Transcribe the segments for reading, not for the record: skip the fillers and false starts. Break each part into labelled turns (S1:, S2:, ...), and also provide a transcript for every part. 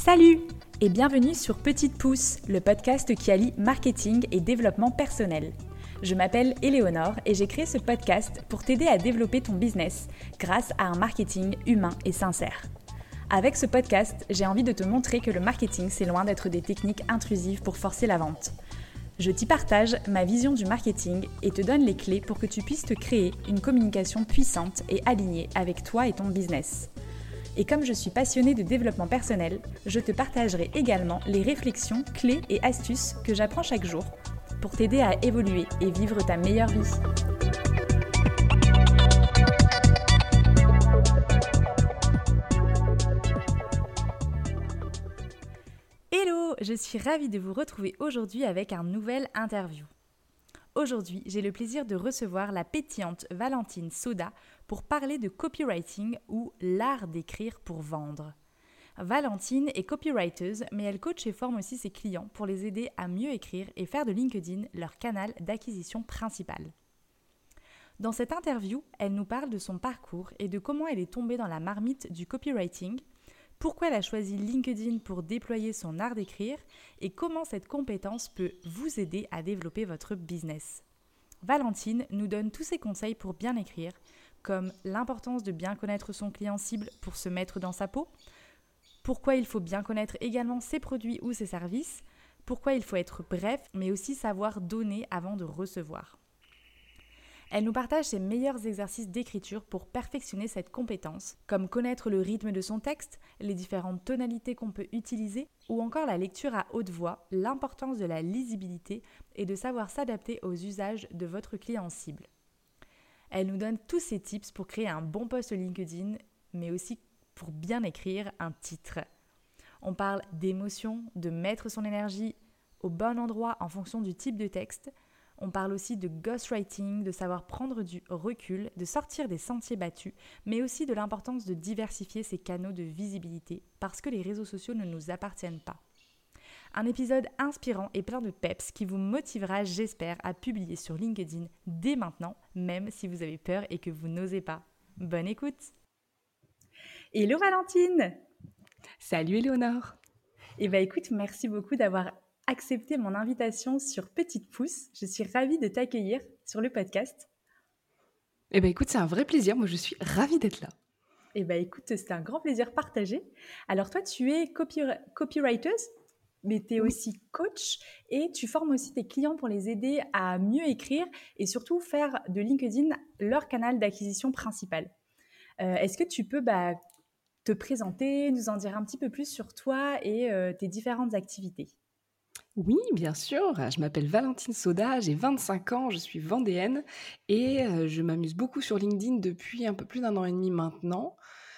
S1: Salut et bienvenue sur Petite Pouce, le podcast qui allie marketing et développement personnel. Je m'appelle Éléonore et j'ai créé ce podcast pour t'aider à développer ton business grâce à un marketing humain et sincère. Avec ce podcast, j'ai envie de te montrer que le marketing, c'est loin d'être des techniques intrusives pour forcer la vente. Je t'y partage ma vision du marketing et te donne les clés pour que tu puisses te créer une communication puissante et alignée avec toi et ton business. Et comme je suis passionnée de développement personnel, je te partagerai également les réflexions, clés et astuces que j'apprends chaque jour pour t'aider à évoluer et vivre ta meilleure vie. Hello, je suis ravie de vous retrouver aujourd'hui avec un nouvel interview. Aujourd'hui, j'ai le plaisir de recevoir la pétillante Valentine Soda pour parler de copywriting ou l'art d'écrire pour vendre. Valentine est copywriter, mais elle coach et forme aussi ses clients pour les aider à mieux écrire et faire de LinkedIn leur canal d'acquisition principal. Dans cette interview, elle nous parle de son parcours et de comment elle est tombée dans la marmite du copywriting, pourquoi elle a choisi LinkedIn pour déployer son art d'écrire et comment cette compétence peut vous aider à développer votre business. Valentine nous donne tous ses conseils pour bien écrire, comme l'importance de bien connaître son client cible pour se mettre dans sa peau, pourquoi il faut bien connaître également ses produits ou ses services, pourquoi il faut être bref, mais aussi savoir donner avant de recevoir. Elle nous partage ses meilleurs exercices d'écriture pour perfectionner cette compétence, comme connaître le rythme de son texte, les différentes tonalités qu'on peut utiliser, ou encore la lecture à haute voix, l'importance de la lisibilité et de savoir s'adapter aux usages de votre client cible. Elle nous donne tous ces tips pour créer un bon post LinkedIn, mais aussi pour bien écrire un titre. On parle d'émotion, de mettre son énergie au bon endroit en fonction du type de texte. On parle aussi de ghostwriting, de savoir prendre du recul, de sortir des sentiers battus, mais aussi de l'importance de diversifier ses canaux de visibilité parce que les réseaux sociaux ne nous appartiennent pas. Un épisode inspirant et plein de peps qui vous motivera, j'espère, à publier sur LinkedIn dès maintenant, même si vous avez peur et que vous n'osez pas. Bonne écoute! Hello Valentine!
S2: Salut Éléonore!
S1: Écoute, merci beaucoup d'avoir accepté mon invitation sur Petite Pouce. Je suis ravie de t'accueillir sur le podcast.
S2: Écoute, c'est un vrai plaisir. Moi, je suis ravie d'être là.
S1: Écoute, c'était un grand plaisir partagé. Alors toi, tu es copywriter, mais tu es
S2: Oui.
S1: aussi coach et tu formes aussi tes clients pour les aider à mieux écrire et surtout faire de LinkedIn leur canal d'acquisition principal. Est-ce que tu peux te présenter, nous en dire un petit peu plus sur toi et tes différentes activités?
S2: Oui, bien sûr. Je m'appelle Valentine Soda, j'ai 25 ans, je suis vendéenne et je m'amuse beaucoup sur LinkedIn depuis un peu plus d'1 an et demi maintenant.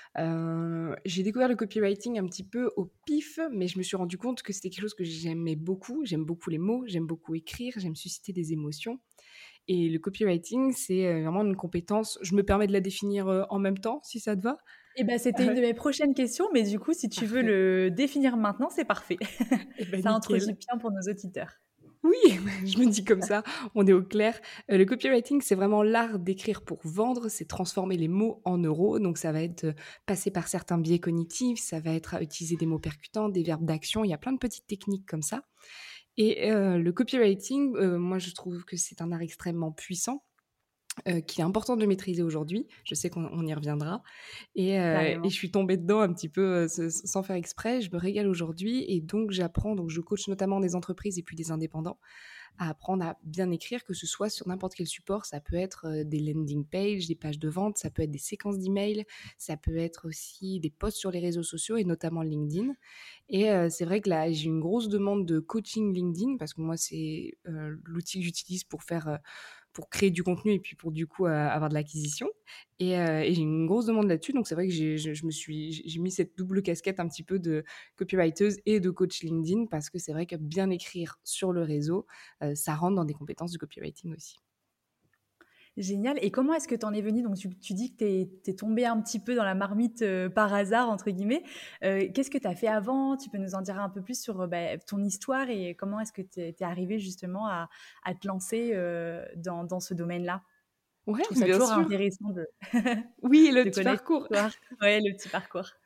S2: J'ai découvert le copywriting un petit peu au pif, mais je me suis rendu compte que c'était quelque chose que j'aimais beaucoup. J'aime beaucoup les mots, j'aime beaucoup écrire, j'aime susciter des émotions. Et le copywriting, c'est vraiment une compétence. Je me permets de la définir en même temps, si ça te va.
S1: C'était une de mes prochaines questions, mais du coup, si tu veux
S2: Parfait.
S1: le définir maintenant, c'est parfait. Ça introduit
S2: Nickel.
S1: bien pour nos auditeurs.
S2: Oui, je me dis comme ça, on est au clair. Le copywriting, c'est vraiment l'art d'écrire pour vendre, c'est transformer les mots en euros. Donc ça va être passer par certains biais cognitifs, ça va être utiliser des mots percutants, des verbes d'action. Il y a plein de petites techniques comme ça. Et le copywriting, moi je trouve que c'est un art extrêmement puissant. Qu'il est important de maîtriser aujourd'hui. Je sais qu'on y reviendra. Et
S1: Carrément.
S2: je suis tombée dedans un petit peu sans faire exprès. Je me régale aujourd'hui et donc j'apprends. Donc je coach notamment des entreprises et puis des indépendants à apprendre à bien écrire, que ce soit sur n'importe quel support. Ça peut être des landing pages, des pages de vente, ça peut être des séquences d'emails, ça peut être aussi des posts sur les réseaux sociaux et notamment LinkedIn. Et c'est vrai que là, j'ai une grosse demande de coaching LinkedIn parce que moi, c'est l'outil que j'utilise pour créer du contenu et puis pour du coup avoir de l'acquisition. Et j'ai une grosse demande là-dessus. Donc c'est vrai que j'ai mis cette double casquette un petit peu de copywriter et de coach LinkedIn parce que c'est vrai que bien écrire sur le réseau, ça rentre dans des compétences de copywriting aussi.
S1: Génial. Et comment est-ce que tu en es venue? Donc, tu dis que tu es tombée un petit peu dans la marmite par hasard, entre guillemets. Qu'est-ce que tu as fait avant? Tu peux nous en dire un peu plus sur ton histoire et comment est-ce que tu es arrivée justement à te lancer dans ce domaine-là? Je
S2: Ouais,
S1: trouve ça
S2: bien
S1: toujours
S2: sûr.
S1: intéressant de,
S2: Oui, le
S1: de
S2: petit
S1: connaître
S2: parcours.
S1: l'histoire. Ouais, le petit parcours.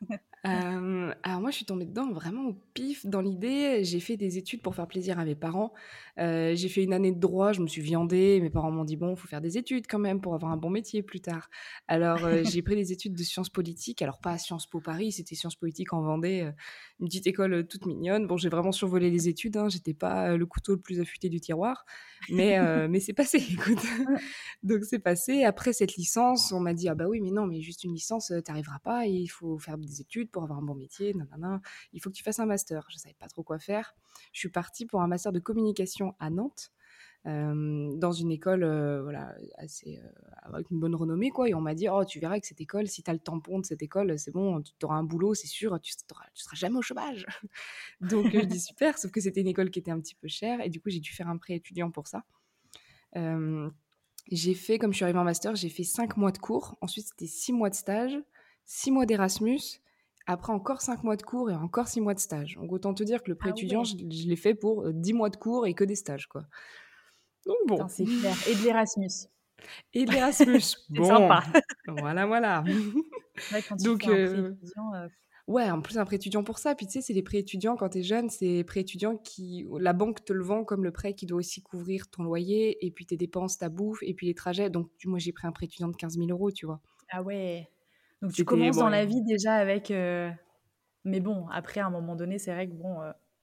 S2: Alors moi, je suis tombée dedans vraiment au pif. Dans l'idée, j'ai fait des études pour faire plaisir à mes parents. J'ai fait une année de droit, je me suis viandée. Mes parents m'ont dit: «Bon, faut faire des études quand même pour avoir un bon métier plus tard». Alors, j'ai pris des études de sciences politiques, alors pas à Sciences Po Paris, c'était Sciences Politiques en Vendée, une petite école, toute mignonne. Bon, j'ai vraiment survolé les études, hein, j'étais pas, le couteau le plus affûté du tiroir, mais c'est passé, écoute. Donc c'est passé. Après cette licence, on m'a dit: «Ah bah oui, mais non, mais juste une licence, tu arriveras pas, il faut faire des études pour avoir un bon métier, nanana. Il faut que tu fasses un master». Je savais pas trop quoi faire. Je suis partie pour un master de communication à Nantes, dans une école, voilà, assez, avec une bonne renommée, quoi. Et on m'a dit: «Oh, tu verras que cette école, si tu as le tampon de cette école, c'est bon, tu auras un boulot, c'est sûr, tu seras jamais au chômage». Donc je dis: «Super», sauf que c'était une école qui était un petit peu chère et du coup, j'ai dû faire un prêt étudiant pour ça. Hem J'ai fait, comme je suis arrivée en master, j'ai fait 5 mois de cours. Ensuite, c'était 6 mois de stage, 6 mois d'Erasmus. Après, encore 5 mois de cours et encore 6 mois de stage. Donc, autant te dire que le pré
S1: Ah
S2: étudiant,
S1: ouais!
S2: je l'ai fait pour 10 mois de cours et que des stages, quoi. Donc,
S1: Putain,
S2: bon.
S1: c'est clair et de l'Erasmus.
S2: Et de l'Erasmus,
S1: C'est
S2: bon,
S1: sympa.
S2: voilà, voilà.
S1: Ouais, quand tu fais
S2: Donc,
S1: un prêt étudiant,
S2: ouais, en plus, un pré étudiant pour ça. Puis, tu sais, c'est les pré étudiants, quand tu es jeune, c'est pré étudiants qui. La banque te le vend comme le prêt qui doit aussi couvrir ton loyer, et puis tes dépenses, ta bouffe, et puis les trajets. Donc, moi, j'ai pris un pré étudiant de 15 000 euros, tu vois.
S1: ah ouais! Donc tu
S2: C'était
S1: commences
S2: bon.
S1: dans la vie déjà avec, mais bon, après à un moment donné, c'est vrai que bon,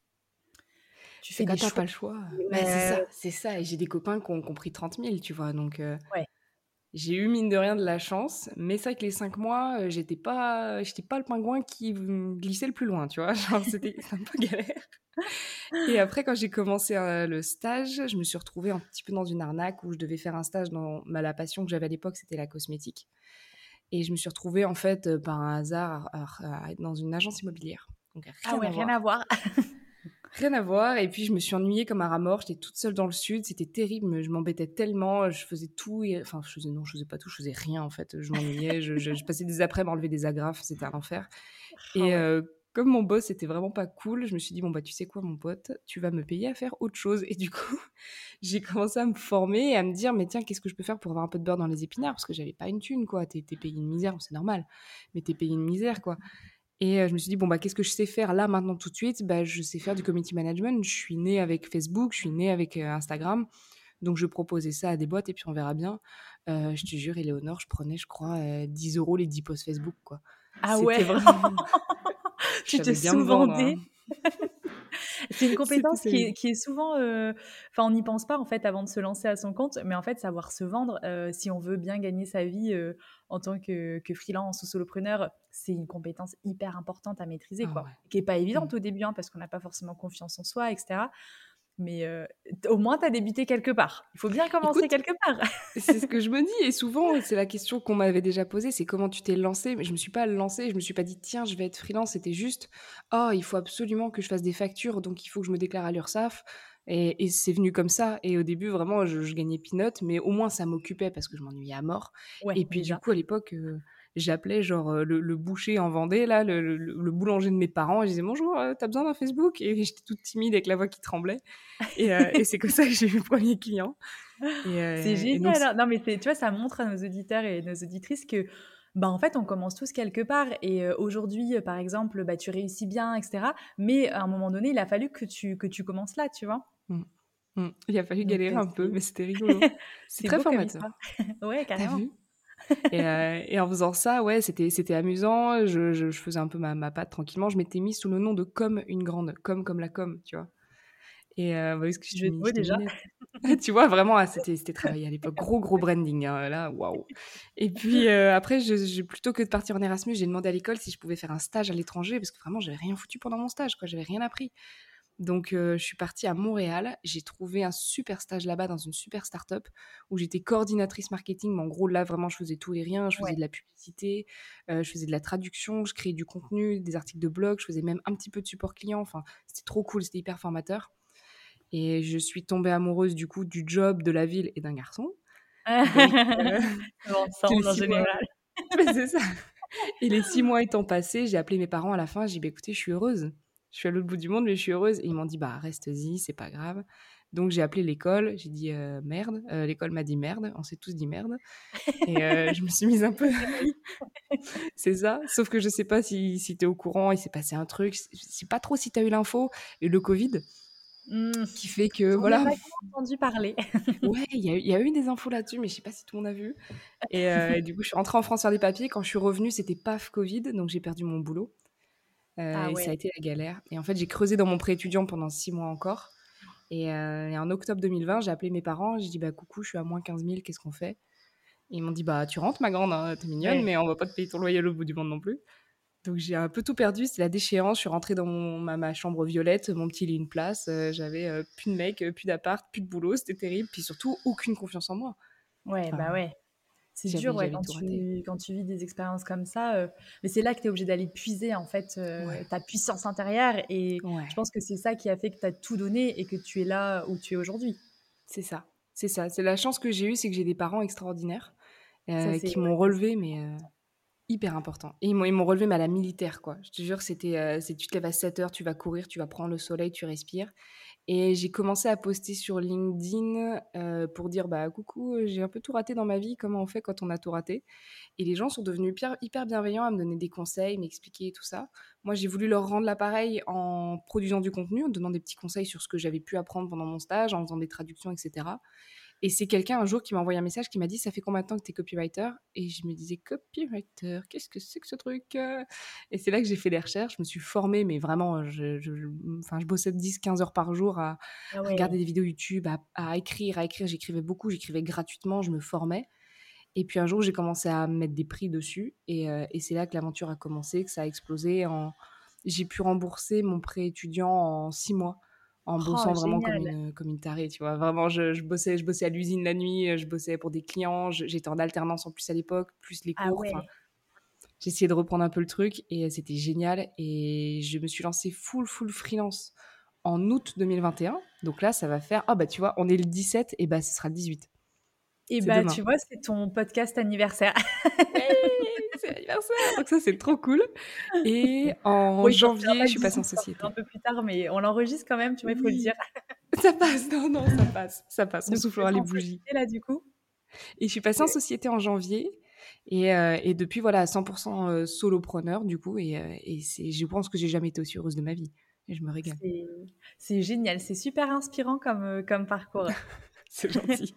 S1: tu
S2: Mais
S1: fais
S2: quand
S1: des
S2: t'as
S1: choix
S2: pas le choix,
S1: et
S2: bah, c'est
S1: ouais,
S2: ça, c'est ça. Et j'ai des copains qui ont pris 30 000, tu vois? Donc,
S1: ouais.
S2: j'ai eu mine de rien de la chance, mais c'est vrai que les 5 mois, j'étais pas le pingouin qui glissait le plus loin, tu vois? Genre c'était un peu galère. Et après quand j'ai commencé, le stage, je me suis retrouvée un petit peu dans une arnaque où je devais faire un stage dans la passion que j'avais à l'époque, c'était la cosmétique. Et je me suis retrouvée en fait, par un hasard à être dans une agence immobilière. Donc
S1: Ah
S2: rien
S1: ouais,
S2: à
S1: rien à
S2: voir.
S1: voir.
S2: Rien à voir. Et puis je me suis ennuyée comme un rat mort, j'étais toute seule dans le sud, c'était terrible, je m'embêtais tellement, je faisais tout et enfin je faisais pas tout, je faisais rien en fait, je m'ennuyais, je passais des après-midi à enlever des agrafes, c'était un enfer.
S1: Ah
S2: Et
S1: ouais.
S2: comme mon boss était vraiment pas cool, je me suis dit: «Bon bah tu sais quoi mon pote, tu vas me payer à faire autre chose». Et du coup, j'ai commencé à me former et à me dire: «Mais tiens, qu'est-ce que je peux faire pour avoir un peu de beurre dans les épinards?» Parce que j'avais pas une thune quoi, tu payé une misère, c'est normal, mais tu payé une misère quoi. Et je me suis dit: «Bon, bah, qu'est-ce que je sais faire là, maintenant, tout de suite?» Bah, je sais faire du community management. Je suis née avec Facebook, je suis née avec, Instagram. Donc je proposais ça à des boîtes et puis on verra bien. Je te jure, Éléonore, je prenais, je crois, 10 € les 10 posts Facebook, quoi.
S1: Ah ouais!
S2: C'était vraiment je
S1: Tu te
S2: savais bien me vendre, hein.
S1: sous-vendais. C'est une
S2: C'était
S1: compétence
S2: terrible.
S1: qui est souvent, enfin, on n'y pense pas, en fait, avant de se lancer à son compte, mais en fait, savoir se vendre, si on veut bien gagner sa vie, en tant que freelance ou solopreneur, c'est une compétence hyper importante à maîtriser,
S2: Ah
S1: quoi.
S2: ouais.
S1: Qui est pas
S2: Mmh.
S1: évidente au début, hein, parce qu'on n'a pas forcément confiance en soi et cetera, mais au moins tu as débuté quelque part. Il faut bien commencer
S2: Écoute,
S1: quelque part.
S2: c'est ce que je me dis et souvent, c'est la question qu'on m'avait déjà posée, c'est: «Comment tu t'es lancée?» Mais je me suis pas lancée, je me suis pas dit: «Tiens, je vais être freelance». C'était juste: «Oh, il faut absolument que je fasse des factures, donc il faut que je me déclare à l'Urssaf». Et c'est venu comme ça. Et au début, vraiment, je gagnais peanuts, mais au moins ça m'occupait parce que je m'ennuyais à mort.
S1: Ouais,
S2: Et puis du
S1: déjà.
S2: coup, à l'époque, j'appelais genre, le boucher en Vendée là, le boulanger de mes parents, et je disais: «Bonjour, tu besoin d'un Facebook?» Et j'étais toute timide avec la voix qui tremblait. Et c'est comme ça que j'ai eu le premier client.
S1: C'est
S2: Et donc
S1: génial, hein. Non, mais c'est tu vois, ça montre à nos auditeurs et nos auditrices que, bah, en fait, on commence tous quelque part et aujourd'hui, par exemple, bah, tu réussis bien et cetera, mais à un moment donné, il a fallu que tu commences là, tu vois?
S2: mmh, il a fallu
S1: Donc
S2: galérer un peu,
S1: c'est
S2: mais c'était rigolo. C'est
S1: c'est
S2: très
S1: beau comme histoire.
S2: formateur.
S1: Ouais,
S2: Tu
S1: carrément.
S2: vu? Et en faisant ça, ouais, c'était amusant. Je faisais un peu ma patte tranquillement. Je m'étais mise sous le nom de Com une grande, comme la com, tu vois? Et bah, oui, parce que
S1: Jeu de mots
S2: je t'ai mis
S1: déjà.
S2: net. Tu vois? Vraiment, ah, c'était travaillé à l'époque. Gros branding, hein, là, waouh. Et puis, après, je plutôt que de partir en Erasmus, j'ai demandé à l'école si je pouvais faire un stage à l'étranger parce que vraiment, j'avais rien foutu pendant mon stage, quoi. J'avais rien appris. Donc, je suis partie à Montréal. J'ai trouvé un super stage là-bas dans une super start-up où j'étais coordinatrice marketing. Mais en gros, là, vraiment, je faisais tout et rien. Je faisais
S1: Ouais.
S2: de la publicité, je faisais de la traduction, je créais du contenu, des articles de blog, je faisais même un petit peu de support client. Enfin, c'était trop cool, c'était hyper formateur. Et je suis tombée amoureuse du coup du job, de la ville et d'un garçon. Donc,
S1: Ça va
S2: les
S1: ensemble en
S2: 6 mois
S1: général.
S2: mais c'est ça. Et les 6 mois étant passés, j'ai appelé mes parents à la fin, j'ai dit: «Bah, écoutez, je suis heureuse. Je suis à l'autre bout du monde, mais je suis heureuse». Et ils m'ont dit: «Bah, reste-y, c'est pas grave». Donc j'ai appelé l'école, j'ai dit merde. L'école m'a dit merde, on s'est tous dit merde. Et je me suis mise un peu. C'est ça. Sauf que je sais pas si tu es au courant, il s'est passé un truc. Je sais pas trop si tu as eu l'info. Et le Covid,
S1: Mmh.
S2: qui fait que
S1: J'en ai
S2: voilà.
S1: vaguement entendu parler.
S2: Ouais, il y a eu des infos là-dessus, mais je sais pas si tout le monde a vu. Et du coup, je suis rentrée en France faire des papiers. Quand je suis revenue, c'était paf Covid, donc j'ai perdu mon boulot.
S1: Ah
S2: Et ça a
S1: ouais.
S2: été la galère. Et en fait, j'ai creusé dans mon prêt étudiant pendant 6 mois encore. Et en octobre 2020, j'ai appelé mes parents. J'ai dit, bah coucou, je suis à moins 15 000, qu'est-ce qu'on fait? Et ils m'ont dit, bah tu rentres, ma grande, hein, t'es mignonne,
S1: Ouais.
S2: mais on va pas te payer ton loyer au bout du monde non plus. Donc j'ai un peu tout perdu, c'était la déchéance. Je suis rentrée dans ma chambre violette, mon petit lit, une place. J'avais plus de mec, plus d'appart, plus de boulot, c'était terrible. Puis surtout, aucune confiance en moi.
S1: Ouais,
S2: Enfin,
S1: bah ouais. C'est dur,
S2: j'avais,
S1: ouais,
S2: j'avais tout raté.
S1: quand tu vis des expériences comme ça, mais c'est là que tu es obligé d'aller puiser, en fait,
S2: Ouais,
S1: ta puissance intérieure et je
S2: ouais,
S1: pense que c'est ça qui a fait que tu as tout donné et que tu es là où tu es aujourd'hui.
S2: c'est ça. C'est ça. C'est la chance que j'ai eue, c'est que j'ai des parents extraordinaires
S1: Ça, c'est
S2: qui
S1: ouais,
S2: m'ont
S1: ça, c'est
S2: relevée, mais hyper important. Et ils m'ont relevé, mais à la militaire, quoi. Je te jure, c'est tu te lèves à 7 heures, tu vas courir, tu vas prendre le soleil, tu respires. Et j'ai commencé à poster sur LinkedIn pour dire bah coucou, j'ai un peu tout raté dans ma vie, comment on fait quand on a tout raté? Et les gens sont devenus hyper bienveillants à me donner des conseils, m'expliquer tout ça. Moi, j'ai voulu leur rendre l'appareil en produisant du contenu, en donnant des petits conseils sur ce que j'avais pu apprendre pendant mon stage, en faisant des traductions, etc. Et c'est quelqu'un un jour qui m'a envoyé un message qui m'a dit ça fait combien de temps que tu es copywriter? Et je me disais copywriter, qu'est-ce que c'est que ce truc? Et c'est là que j'ai fait des recherches, je me suis formée, mais vraiment, enfin, je bossais 10-15 heures par jour à
S1: ah
S2: regarder
S1: ouais.
S2: des vidéos YouTube, à écrire, j'écrivais beaucoup, j'écrivais gratuitement, je me formais. Et puis un jour, j'ai commencé à mettre des prix dessus. Et c'est là que l'aventure a commencé, que ça a explosé. J'ai pu rembourser mon prêt étudiant en 6 mois, en
S1: Oh,
S2: bossant vraiment comme
S1: génial!
S2: une tarée, tu vois. Vraiment, je bossais à l'usine la nuit, je bossais pour des clients, j'étais en alternance en plus à l'époque, plus les
S1: Ah
S2: cours. Enfin,
S1: ouais.
S2: j'essayais de reprendre un peu le truc et c'était génial. Et je me suis lancée full freelance en août 2021. Donc là, ça va faire... Ah bah tu vois, on est le 17 et bah ce sera le 18.
S1: Et
S2: C'est
S1: bah,
S2: demain.
S1: tu vois, c'est ton podcast anniversaire.
S2: Ouais, c'est l'anniversaire. Donc ça, c'est trop cool. Et
S1: Bon,
S2: en
S1: il sortira
S2: janvier,
S1: pas
S2: je
S1: le
S2: suis passée en
S1: 18, il sortira un
S2: société.
S1: peu plus tard, mais on l'enregistre quand même, tu vois, il faut le dire.
S2: Oui, ça passe. Non, non, ça passe. Ça passe. On
S1: Donc tu
S2: soufflera
S1: passes
S2: les
S1: en
S2: bougies.
S1: société là, du coup?
S2: Et je suis passée en
S1: Ouais.
S2: société en janvier. Et depuis, voilà, 100% solopreneur, du coup. Je pense que j'ai jamais été aussi heureuse de ma vie. Et je me régale.
S1: C'est c'est génial, c'est super inspirant comme parcours.
S2: C'est gentil.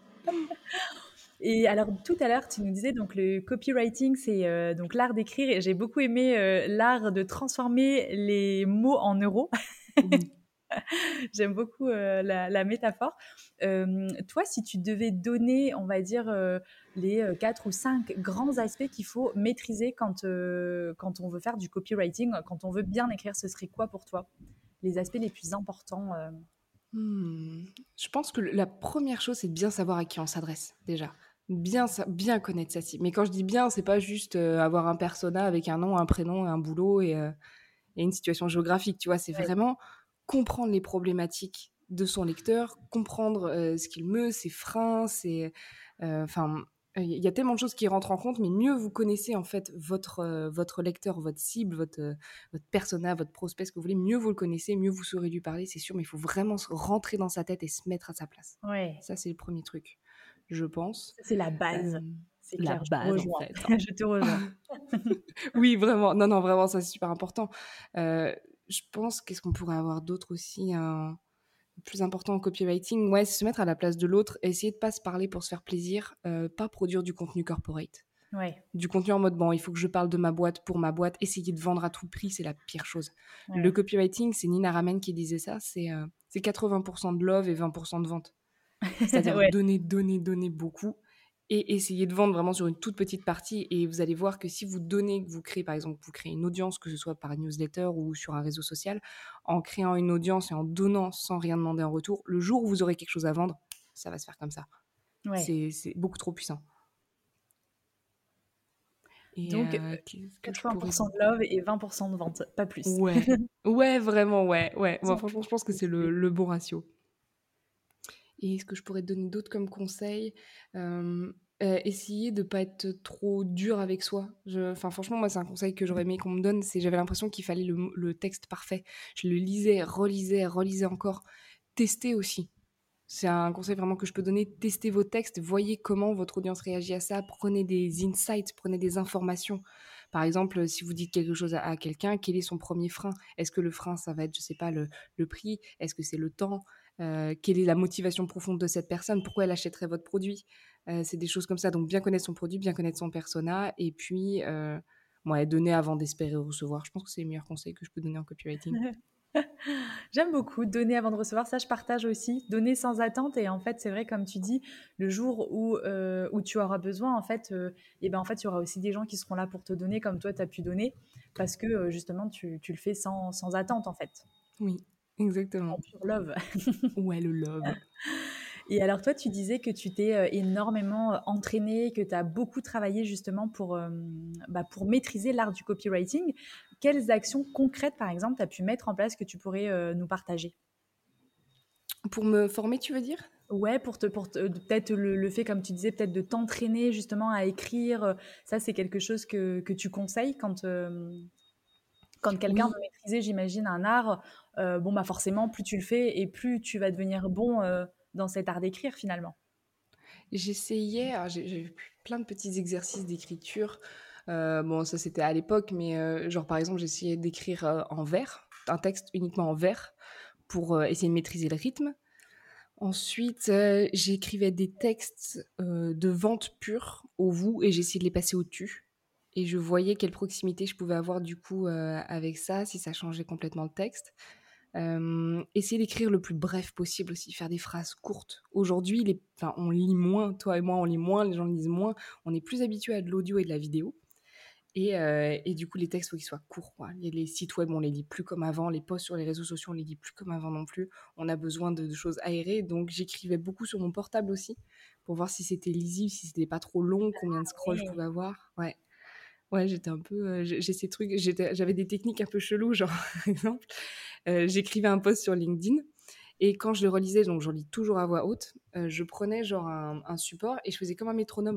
S1: Et alors tout à l'heure, tu nous disais donc le copywriting, c'est, donc l'art d'écrire et j'ai beaucoup aimé, l'art de transformer les mots en euros.
S2: Oui.
S1: J'aime beaucoup, la métaphore. Toi, si tu devais donner, on va dire, les, 4 ou 5 grands aspects qu'il faut maîtriser quand on veut faire du copywriting, quand on veut bien écrire, ce serait quoi pour toi? Les aspects les plus importants,
S2: Hmm. Je pense que la première chose, c'est de bien savoir à qui on s'adresse, déjà. Bien connaître sa cible. Mais quand je dis bien, c'est pas juste avoir un persona avec un nom, un prénom, un boulot et une situation géographique, tu vois. C'est
S1: Ouais,
S2: vraiment comprendre les problématiques de son lecteur, comprendre ce qu'il meut, ses freins, enfin, il y a tellement de choses qui rentrent en compte, mais mieux vous connaissez en fait votre lecteur, votre cible, votre persona, votre prospect, ce que vous voulez, mieux vous le connaissez, mieux vous saurez lui parler, c'est sûr, mais il faut vraiment se rentrer dans sa tête et se mettre à sa place.
S1: ouais,
S2: Ça, c'est le premier truc, je pense.
S1: ça c'est la base.
S2: Euh,
S1: C'est
S2: la
S1: clair, je te
S2: base, en
S1: rejoins.
S2: fait.
S1: Je te rejoins.
S2: Oui, vraiment. Non, non, vraiment, ça, c'est super important. Je pense, qu'est-ce qu'on pourrait avoir d'autre aussi, plus important en copywriting? Ouais, c'est se mettre à la place de l'autre, essayer de pas se parler pour se faire plaisir, pas produire du contenu corporate.
S1: Ouais,
S2: Du contenu en mode, bon, il faut que je parle de ma boîte pour ma boîte, essayer de vendre à tout prix, c'est la pire chose. Le
S1: ouais.
S2: copywriting, c'est Nina Ramen qui disait ça, c'est 80% de love et 20% de vente. C'est-à-dire
S1: Ouais,
S2: donner beaucoup et essayer de vendre vraiment sur une toute petite partie. Et vous allez voir que si vous donnez, que vous créez, par exemple, vous créez une audience, que ce soit par newsletter ou sur un réseau social, en créant une audience et en donnant sans rien demander en retour, le jour où vous aurez quelque chose à vendre, ça va se faire comme ça.
S1: ouais.
S2: C'est beaucoup trop puissant. Et
S1: Donc
S2: qu'est-ce que je
S1: 80
S2: pourrais...
S1: de love et 20 de vente, pas plus.
S2: Ouais, ouais, vraiment, ouais, ouais. Moi,
S1: 100
S2: franchement, je pense que c'est le bon ratio. Et ce que je pourrais te donner d'autres comme conseils, essayer de pas être trop dur avec soi. Enfin, franchement, moi, c'est un conseil que j'aurais aimé qu'on me donne, c'est j'avais l'impression qu'il fallait le texte parfait. Je le lisais, relisais encore. Tester aussi. C'est un conseil vraiment que je peux donner. Testez vos textes, voyez comment votre audience réagit à ça, prenez des insights, prenez des informations. Par exemple, si vous dites quelque chose à quelqu'un, quel est son premier frein? Est-ce que le frein, ça va être, je sais pas, le prix? Est-ce que c'est le temps? Quelle est la motivation profonde de cette personne? Pourquoi elle achèterait votre produit? C'est des choses comme ça. Donc bien connaître son produit, bien connaître son persona et puis, ouais, donner avant d'espérer recevoir. Je pense que c'est les meilleurs conseils que je peux donner en copywriting.
S1: J'aime beaucoup donner avant de recevoir, ça je partage aussi, donner sans attente et en fait c'est vrai comme tu dis, le jour où tu auras besoin en fait, et ben en fait il y aura aussi des gens qui seront là pour te donner comme toi tu as pu donner parce que justement tu le fais sans attente en fait,
S2: Oui, exactement.
S1: en pure love.
S2: Ouais, le love.
S1: Et alors toi tu disais que tu t'es énormément entraîné, que tu as beaucoup travaillé justement pour maîtriser l'art du copywriting. Quelles actions concrètes par exemple tu as pu mettre en place que tu pourrais nous partager?
S2: Pour me former, tu veux dire?
S1: Ouais, peut-être le fait, comme tu disais, peut-être de t'entraîner justement à écrire, ça c'est quelque chose que tu conseilles quand quelqu'un
S2: Oui,
S1: veut maîtriser, j'imagine, un art, bon, bah, forcément, plus tu le fais et plus tu vas devenir bon, dans cet art d'écrire finalement.
S2: j'essayais, alors j'ai eu plein de petits exercices d'écriture. Bon, ça c'était à l'époque, mais genre par exemple, j'essayais d'écrire en vers, un texte uniquement en vers, pour essayer de maîtriser le rythme. Ensuite, j'écrivais des textes de vente pure au vous et j'essayais de les passer au tu. Et je voyais quelle proximité je pouvais avoir du coup avec ça, si ça changeait complètement le texte. Essayer d'écrire le plus bref possible aussi, faire des phrases courtes. Aujourd'hui, enfin, on lit moins, toi et moi, on lit moins, les gens lisent moins. On est plus habitué à de l'audio et de la vidéo. Et du coup, les textes, faut qu'ils soient courts, quoi. Les sites web, on les lit plus comme avant. Les posts sur les réseaux sociaux, on les lit plus comme avant non plus. On a besoin de choses aérées. Donc, j'écrivais beaucoup sur mon portable aussi pour voir si c'était lisible, si c'était pas trop long, combien de scrolls je
S1: Ouais.
S2: pouvais avoir. Ouais. Ouais, j'étais un peu, j'ai ces trucs, j'avais des techniques un peu cheloues, genre, par exemple, j'écrivais un post sur LinkedIn et quand je le relisais, donc je lis toujours à voix haute, je prenais genre un support et je faisais comme un métronome,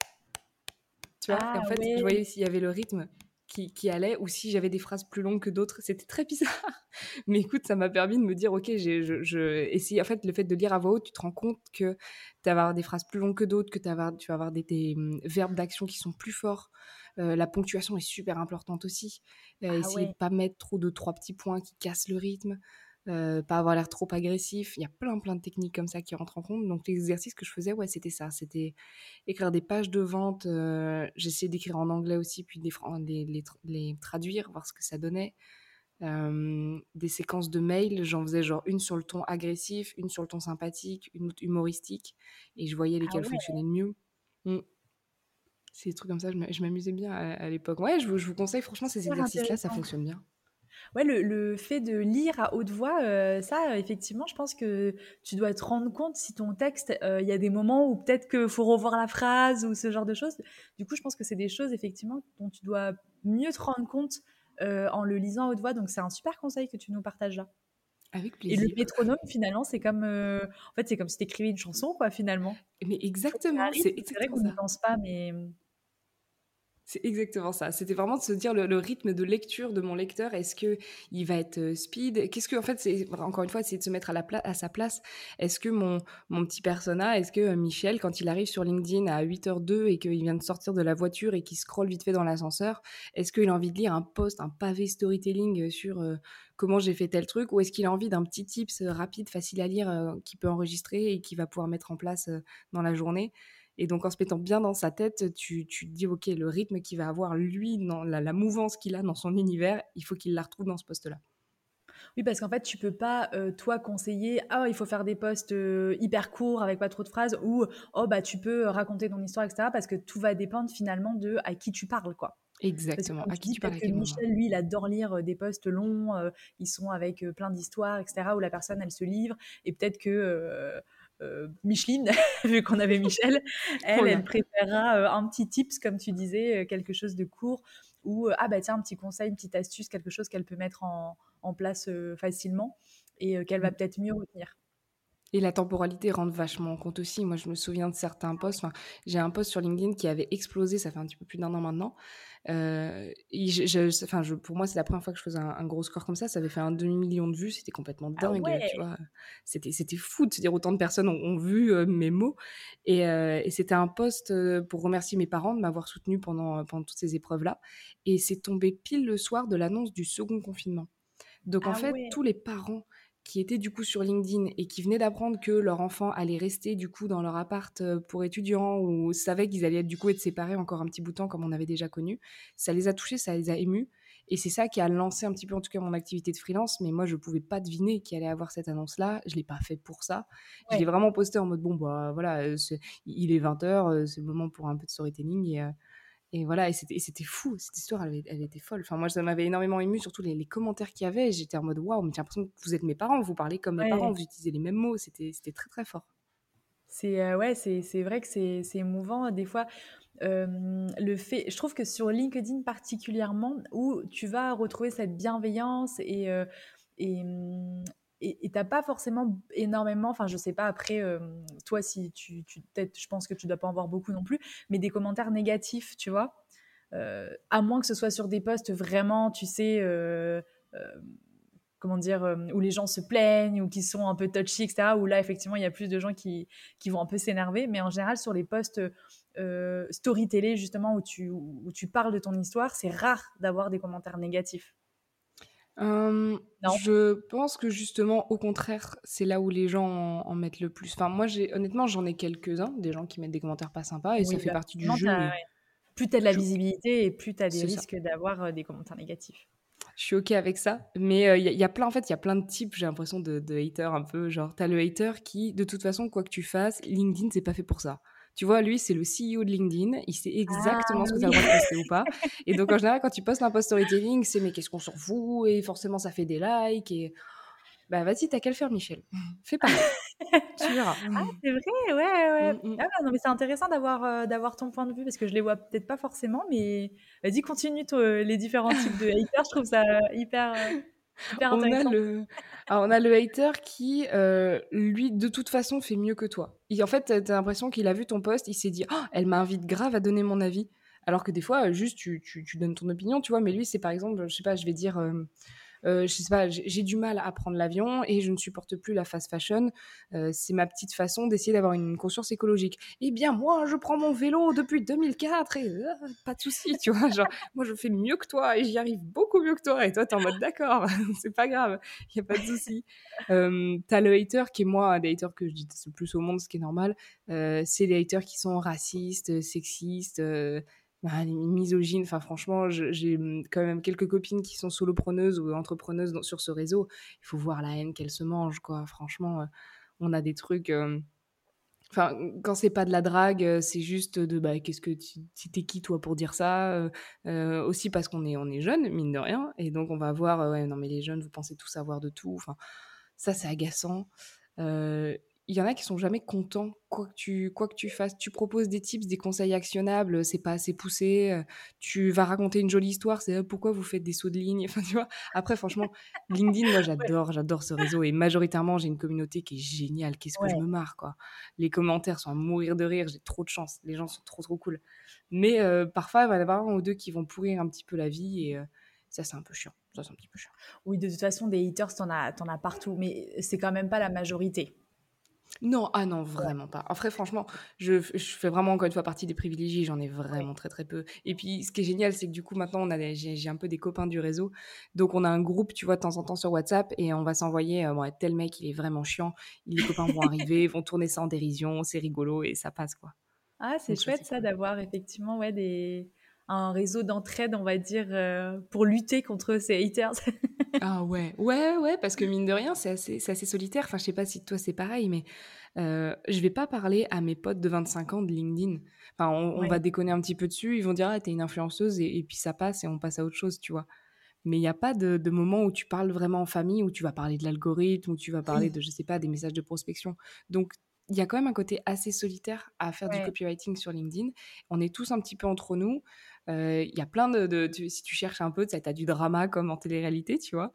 S2: tu vois? Et
S1: Ah
S2: en fait, je
S1: ouais!
S2: voyais s'il y avait le rythme qui allait ou si j'avais des phrases plus longues que d'autres. C'était très bizarre, mais écoute, ça m'a permis de me dire: «OK, je» essayer en fait, le fait de lire à voix haute, tu te rends compte que tu vas avoir des phrases plus longues que d'autres, que tu vas avoir des verbes d'action qui sont plus forts. La ponctuation est super importante aussi.
S1: Ah
S2: Essayer de
S1: ouais.
S2: pas mettre trop de 3 petits points qui cassent le rythme, pas avoir l'air trop agressif. Il y a plein de techniques comme ça qui rentrent en compte. Donc l'exercice que je faisais, ouais, c'était ça. C'était écrire des pages de vente. J'essayais d'écrire en anglais aussi, puis les traduire, voir ce que ça donnait. Des séquences de mails, j'en faisais genre une sur le ton agressif, une sur le ton sympathique, une autre humoristique, et je voyais
S1: Ah
S2: lesquelles
S1: ouais!
S2: fonctionnaient le mieux. Mm. C'est des trucs comme ça, je m'amusais bien à l'époque. Ouais, je vous conseille, franchement, ces
S1: Super
S2: exercices-là, ça
S1: intéressant.
S2: fonctionne bien.
S1: Ouais, le fait de lire à haute voix, ça, effectivement, je pense que tu dois te rendre compte si ton texte, il y a des moments où peut-être qu'il faut revoir la phrase ou ce genre de choses. Du coup, je pense que c'est des choses, effectivement, dont tu dois mieux te rendre compte, en le lisant à haute voix. Donc c'est un super conseil que tu nous partages là.
S2: Avec
S1: Et le
S2: plaisir.
S1: métronome, finalement, en fait, c'est comme si tu écrivais une chanson, quoi, finalement.
S2: Mais
S1: Il faut qu'il y ait un
S2: exactement, c'est
S1: rythme. C'est vrai
S2: exactement
S1: qu'on n'y
S2: ça.
S1: pense pas, mais
S2: C'est exactement ça. C'était vraiment de se dire le rythme de lecture de mon lecteur. Est-ce que il va être speed? Qu'est-ce que, en fait, c'est encore une fois, c'est de se mettre à sa place. Est-ce que mon petit persona, est-ce que Michel, quand il arrive sur LinkedIn à 8h02 et qu'il vient de sortir de la voiture et qu'il scrolle vite fait dans l'ascenseur, est-ce qu'il a envie de lire un post, un pavé storytelling sur comment j'ai fait tel truc, ou est-ce qu'il a envie d'un petit tips rapide, facile à lire, qu'il peut enregistrer et qu'il va pouvoir mettre en place dans la journée? Et donc, en se mettant bien dans sa tête, tu te dis, OK, le rythme qu'il va avoir, lui, dans la mouvance qu'il a dans son univers, il faut qu'il la retrouve dans ce poste-là.
S1: oui, parce qu'en fait, tu peux pas, toi, conseiller: «Ah, il faut faire des posts, hyper courts avec pas trop de phrases» ou «Oh, bah, tu peux raconter ton histoire» et cetera. Parce que tout va dépendre finalement de à qui tu parles, quoi. Parce que
S2: Exactement.
S1: comme
S2: À
S1: tu
S2: qui
S1: dis,
S2: tu parles,
S1: peut-être
S2: à
S1: que
S2: quel moment?
S1: Michel, lui, il adore lire, des posts longs, ils sont avec, plein d'histoires et cetera, où la personne, elle se livre et peut-être que, Micheline, vu qu'on avait Michel,
S2: On
S1: elle
S2: l'a.
S1: préférera, un petit tips comme tu disais, quelque chose de court ou, ah bah tiens, un petit conseil, une petite astuce, quelque chose qu'elle peut mettre en place, facilement et qu'elle va peut-être mieux retenir.
S2: Et la temporalité rentre vachement en compte aussi. Moi, je me souviens de certains posts. Enfin, j'ai un post sur LinkedIn qui avait explosé, ça fait un petit peu plus d'un an maintenant. Et enfin, pour moi, c'est la première fois que je faisais un gros score comme ça. Ça avait fait un demi-million de vues. C'était complètement
S1: Ah
S2: dingue, tu
S1: ouais!
S2: vois. C'était fou de se dire autant de personnes ont vu mes mots. Et c'était un post pour remercier mes parents de m'avoir soutenu pendant toutes ces épreuves-là. Et c'est tombé pile le soir de l'annonce du second confinement. Donc en
S1: Ah
S2: fait,
S1: ouais!
S2: tous les parents qui étaient du coup sur LinkedIn et qui venaient d'apprendre que leur enfant allait rester du coup dans leur appart pour étudiants ou savaient qu'ils allaient du coup être séparés encore un petit bout de temps comme on avait déjà connu, ça les a touchés, ça les a émus et c'est ça qui a lancé un petit peu en tout cas mon activité de freelance. Mais moi je pouvais pas deviner qu'il allait avoir cette annonce là, je l'ai pas fait pour ça, je l'ai
S1: Ouais.
S2: vraiment posté en mode bon bah voilà, il est 20h, c'est le moment pour un peu de storytelling et voilà, et c'était fou, cette histoire, elle était folle. Enfin, moi, ça m'avait énormément ému, surtout les commentaires qu'il y avait. J'étais en mode waouh, mais j'ai l'impression que vous êtes mes parents, vous parlez comme mes parents,
S1: Ouais.
S2: vous utilisez les mêmes mots. C'était très très fort.
S1: Ouais, c'est vrai que c'est émouvant, des fois. Le fait je trouve que sur LinkedIn particulièrement, où tu vas retrouver cette bienveillance et mmh et tu pas forcément énormément, enfin, je sais pas après, toi si tu peut-être je pense que tu dois pas en voir beaucoup non plus, mais des commentaires négatifs, tu vois? À moins que ce soit sur des posts vraiment, tu sais, comment dire, où les gens se plaignent ou qui sont un peu touchy, etc. Où là, effectivement, il y a plus de gens qui vont un peu s'énerver. Mais en général, sur les posts story télé, justement, où tu parles de ton histoire, c'est rare d'avoir des commentaires négatifs. Non?
S2: Je pense que justement, au contraire, c'est là où les gens en mettent le plus. Enfin, moi, honnêtement, j'en ai quelques-uns, des gens qui mettent des commentaires pas sympas, et ça
S1: Oui,
S2: fait
S1: bah
S2: partie du
S1: forcément,
S2: jeu. Et
S1: plus tu as de la
S2: je,
S1: visibilité et plus tu as des
S2: c'est ça.
S1: risques d'avoir des commentaires négatifs.
S2: Je suis OK avec ça, mais il y a plein en fait, il y a plein de types, j'ai l'impression, de haters un peu. Genre, tu as le hater qui, de toute façon, quoi que tu fasses, LinkedIn, c'est pas fait pour ça. Tu vois, lui, c'est le CEO de LinkedIn, il sait
S1: Ah
S2: exactement ce que tu as
S1: oui!
S2: le droit de poster ou pas. Et donc, en général, quand tu postes un post storytelling, c'est mais qu'est-ce qu'on s'en fout? Et forcément, ça fait des likes. Et bah, vas-y, t'as qu'à le faire, Michel. Fais pareil. Tu verras.
S1: Ah, c'est vrai, ouais, ouais, ouais.
S2: Mm, mm.
S1: Ah ouais, non, mais c'est intéressant d'avoir ton point de vue parce que je les vois peut-être pas forcément, mais vas-y, continue les différents types de haters. Je trouve ça hyper
S2: On a
S1: intéressant.
S2: le Alors on a le hater qui, lui, de toute façon, fait mieux que toi. En fait, tu l'impression qu'il a vu ton post, il s'est dit: «Oh, elle m'invite grave à donner mon avis». Alors que des fois, juste tu donnes ton opinion, tu vois? Mais lui, c'est par exemple, je sais pas, je vais dire, je sais pas, j'ai du mal à prendre l'avion et je ne supporte plus la fast fashion. C'est ma petite façon d'essayer d'avoir une conscience écologique. Eh bien, moi, je prends mon vélo depuis 2004 et pas de souci, tu vois. Genre, moi, je fais mieux que toi et j'y arrive beaucoup mieux que toi. Et toi, t'es en mode d'accord, c'est pas grave, il y a pas de souci. T'as le hater qui est moi, un des haters que je déteste le plus au monde, ce qui est normal. C'est les haters qui sont racistes, sexistes. Les misogynes, enfin franchement, j'ai quand même quelques copines qui sont solopreneuses ou entrepreneuses sur ce réseau. Il faut voir la haine qu'elles se mangent, quoi. Franchement, on a des trucs. Enfin, quand c'est pas de la drague, c'est juste de bah, qu'est-ce que t'es qui toi pour dire ça aussi parce qu'on est jeunes, mine de rien, et donc on va voir ouais, non mais les jeunes, vous pensez tout savoir de tout. Enfin, ça c'est agaçant. Euh, Il y en a qui sont jamais contents, quoi que tu fasses. Tu proposes des tips, des conseils actionnables, c'est pas assez poussé. Tu vas raconter une jolie histoire, c'est pourquoi vous faites des sauts de ligne. Enfin, tu vois. Après, franchement, LinkedIn, moi,
S1: Ouais,
S2: j'adore ce réseau et majoritairement, j'ai une communauté qui est géniale. Qu'est-ce que je
S1: ouais.
S2: me marre, quoi. Les commentaires sont à mourir de rire. J'ai trop de chance. Les gens sont trop, trop cool. Mais parfois, il va y en avoir un ou deux qui vont pourrir un petit peu la vie et ça, c'est un peu chiant. Ça, c'est un petit peu chiant.
S1: Oui, de toute façon, des haters, t'en as partout, mais c'est quand même pas la majorité.
S2: Non, ah non,
S1: Ouais,
S2: vraiment pas. Après, franchement, je fais vraiment encore une fois partie des privilégiés, j'en ai
S1: ouais.
S2: vraiment très très peu. Et puis, ce qui est génial, c'est que du coup, maintenant, j'ai un peu des copains du réseau. Donc, on a un groupe, tu vois, de temps en temps sur WhatsApp et on va s'envoyer, bon, tel mec, il est vraiment chiant. Les copains vont arriver, vont tourner ça en dérision, c'est rigolo et ça passe, quoi.
S1: Ah, c'est
S2: Donc, ça,
S1: chouette
S2: c'est
S1: ça
S2: cool.
S1: d'avoir effectivement ouais, un réseau d'entraide, on va dire, pour lutter contre ces haters.
S2: Ah ouais, ouais, ouais, parce que mine de rien, c'est assez solitaire. Enfin, je sais pas si toi c'est pareil, mais je vais pas parler à mes potes de 25 ans de LinkedIn. Enfin, on va
S1: Ouais,
S2: déconner un petit peu dessus, ils vont dire: «Ah, tu une influenceuse» et puis ça passe et on passe à autre chose, tu vois? Mais il y a pas de moment où tu parles vraiment en famille, où tu vas parler de l'algorithme, où tu vas parler
S1: oui,
S2: de, je sais pas, des messages de prospection. Donc il y a quand même un côté assez solitaire à faire du
S1: ouais,
S2: copywriting sur LinkedIn. On est tous un petit peu entre nous. Il y a plein si tu cherches un peu, tu as du drama comme en télé-réalité, tu vois?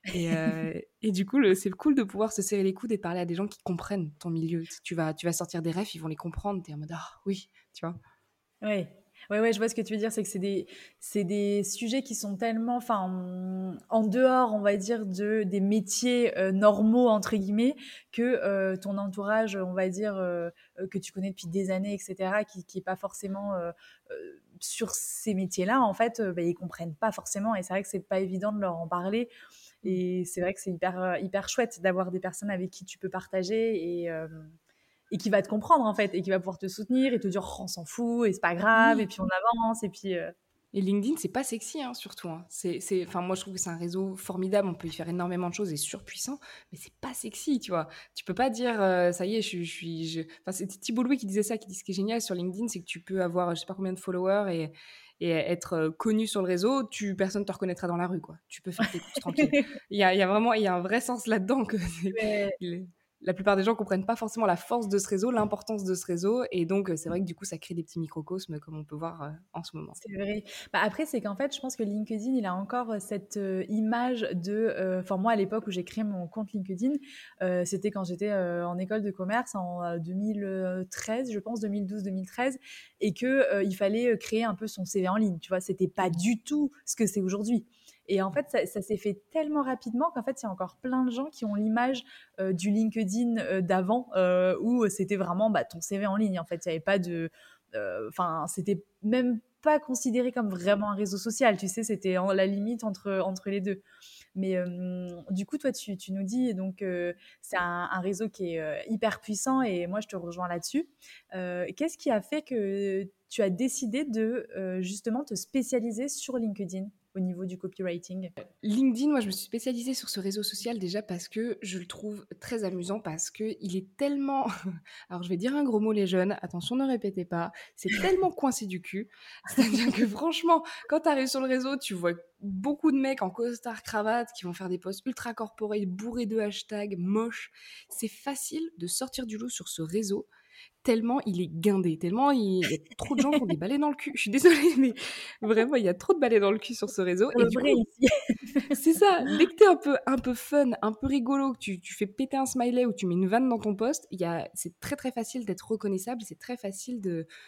S2: Et du coup, c'est cool de pouvoir se serrer les coudes et de parler à des gens qui comprennent ton milieu. Tu vas sortir des refs, ils vont les comprendre. Tu es en mode: «Ah oui», tu vois?
S1: Ouais. Ouais, ouais, je vois ce que tu veux dire. C'est que c'est des sujets qui sont tellement, enfin, en dehors, on va dire, des métiers normaux, entre guillemets, que ton entourage, on va dire, que tu connais depuis des années, etc., qui est pas forcément sur ces métiers-là, en fait, bah, ils comprennent pas forcément. Et c'est vrai que c'est pas évident de leur en parler.
S2: Mmh.
S1: Et c'est vrai que c'est hyper chouette d'avoir des personnes avec qui tu peux partager et qui va te comprendre en fait et qui va pouvoir te soutenir et te dire oh, on s'en fout et c'est pas grave et
S2: Oui.
S1: puis on avance et puis
S2: Et LinkedIn, c'est pas sexy, hein, surtout, hein. Enfin, moi, je trouve que c'est un réseau formidable. On peut y faire énormément de choses et surpuissant, mais c'est pas sexy, tu vois. Tu peux pas dire, ça y est, Enfin, c'était Thibault Louis qui disait ça, qui dit ce qui est génial sur LinkedIn, c'est que tu peux avoir, je sais pas combien de followers et être connu sur le réseau, personne te reconnaîtra dans la rue, quoi. Tu peux faire tes courses tranquille. Il y a un vrai sens là-dedans que
S1: ouais,
S2: la plupart des gens comprennent pas forcément la force de ce réseau, l'importance de ce réseau, et donc c'est vrai que du coup, ça crée des petits microcosmes comme on peut voir en ce moment.
S1: c'est vrai. Bah, après, c'est qu'en fait, je pense que LinkedIn, il a encore cette image de. Enfin, moi, à l'époque où j'ai créé mon compte LinkedIn, c'était quand j'étais en école de commerce en 2013, je pense, 2012-2013, et que il fallait créer un peu son CV en ligne. Tu vois, c'était pas
S2: Mmh.
S1: du tout ce que c'est aujourd'hui. Et en fait, ça s'est fait tellement rapidement qu'en fait, il y a encore plein de gens qui ont l'image du LinkedIn d'avant, où c'était vraiment bah, ton CV en ligne. En fait, il n'y avait pas de enfin, c'était même pas considéré comme vraiment un réseau social, tu sais, c'était en la limite entre les deux. Mais du coup, toi, tu nous dis donc c'est un réseau qui est hyper puissant et moi, je te rejoins là-dessus. Qu'est-ce qui a fait que tu as décidé de justement te spécialiser sur LinkedIn au niveau du copywriting?
S2: LinkedIn, moi, je me suis spécialisée sur ce réseau social déjà parce que je le trouve très amusant, parce qu'il est tellement, alors je vais dire un gros mot les jeunes, attention ne répétez pas, c'est tellement coincé du cul. C'est-à-dire que franchement, quand tu arrives sur le réseau, tu vois beaucoup de mecs en costard cravate qui vont faire des posts ultra corporate, bourrés de hashtags, moches. C'est facile de sortir du lot sur ce réseau tellement il est guindé, tellement il y a trop de gens qui ont des balais dans le cul. Je suis désolée, mais vraiment, il y a trop de balais dans le cul sur ce réseau.
S1: Pour
S2: Et
S1: le
S2: du
S1: vrai
S2: coup,
S1: ici.
S2: c'est ça, dès que t'es un peu fun, un peu rigolo, que tu fais péter un smiley ou tu mets une vanne dans ton post, c'est très très facile d'être reconnaissable, c'est très facile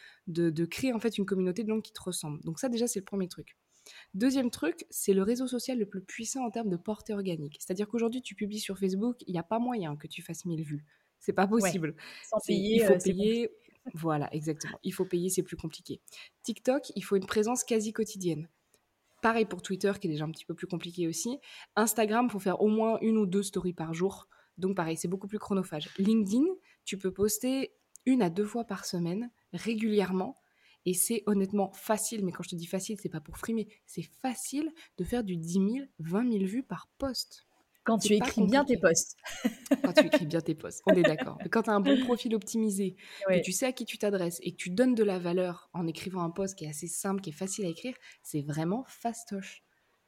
S2: de créer en fait une communauté de gens qui te ressemblent. Donc ça déjà, c'est le premier truc. Deuxième truc, c'est le réseau social le plus puissant en termes de portée organique. C'est-à-dire qu'aujourd'hui, tu publies sur Facebook, il n'y a pas moyen que tu fasses 1000 vues. C'est pas
S1: Ouais,
S2: possible.
S1: sans
S2: Il
S1: payer,
S2: faut
S1: c'est compliqué.
S2: payer. Voilà, exactement. Il faut payer, c'est plus compliqué. TikTok, il faut une présence quasi quotidienne. Pareil pour Twitter, qui est déjà un petit peu plus compliqué aussi. Instagram, il faut faire au moins 1 ou 2 stories par jour. Donc pareil, c'est beaucoup plus chronophage. LinkedIn, tu peux poster 1 à 2 fois par semaine, régulièrement. Et c'est honnêtement facile, mais quand je te dis facile, c'est pas pour frimer. C'est facile de faire du 10 000, 20 000 vues par post.
S1: Quand tu
S2: C'est pas
S1: écris bien tes
S2: compliqué
S1: posts.
S2: quand tu écris bien tes posts. On est d'accord. Mais quand tu as un bon profil optimisé, que
S1: Ouais.
S2: tu sais à qui tu t'adresses et que tu donnes de la valeur en écrivant un post qui est assez simple, qui est facile à écrire, c'est vraiment fastoche.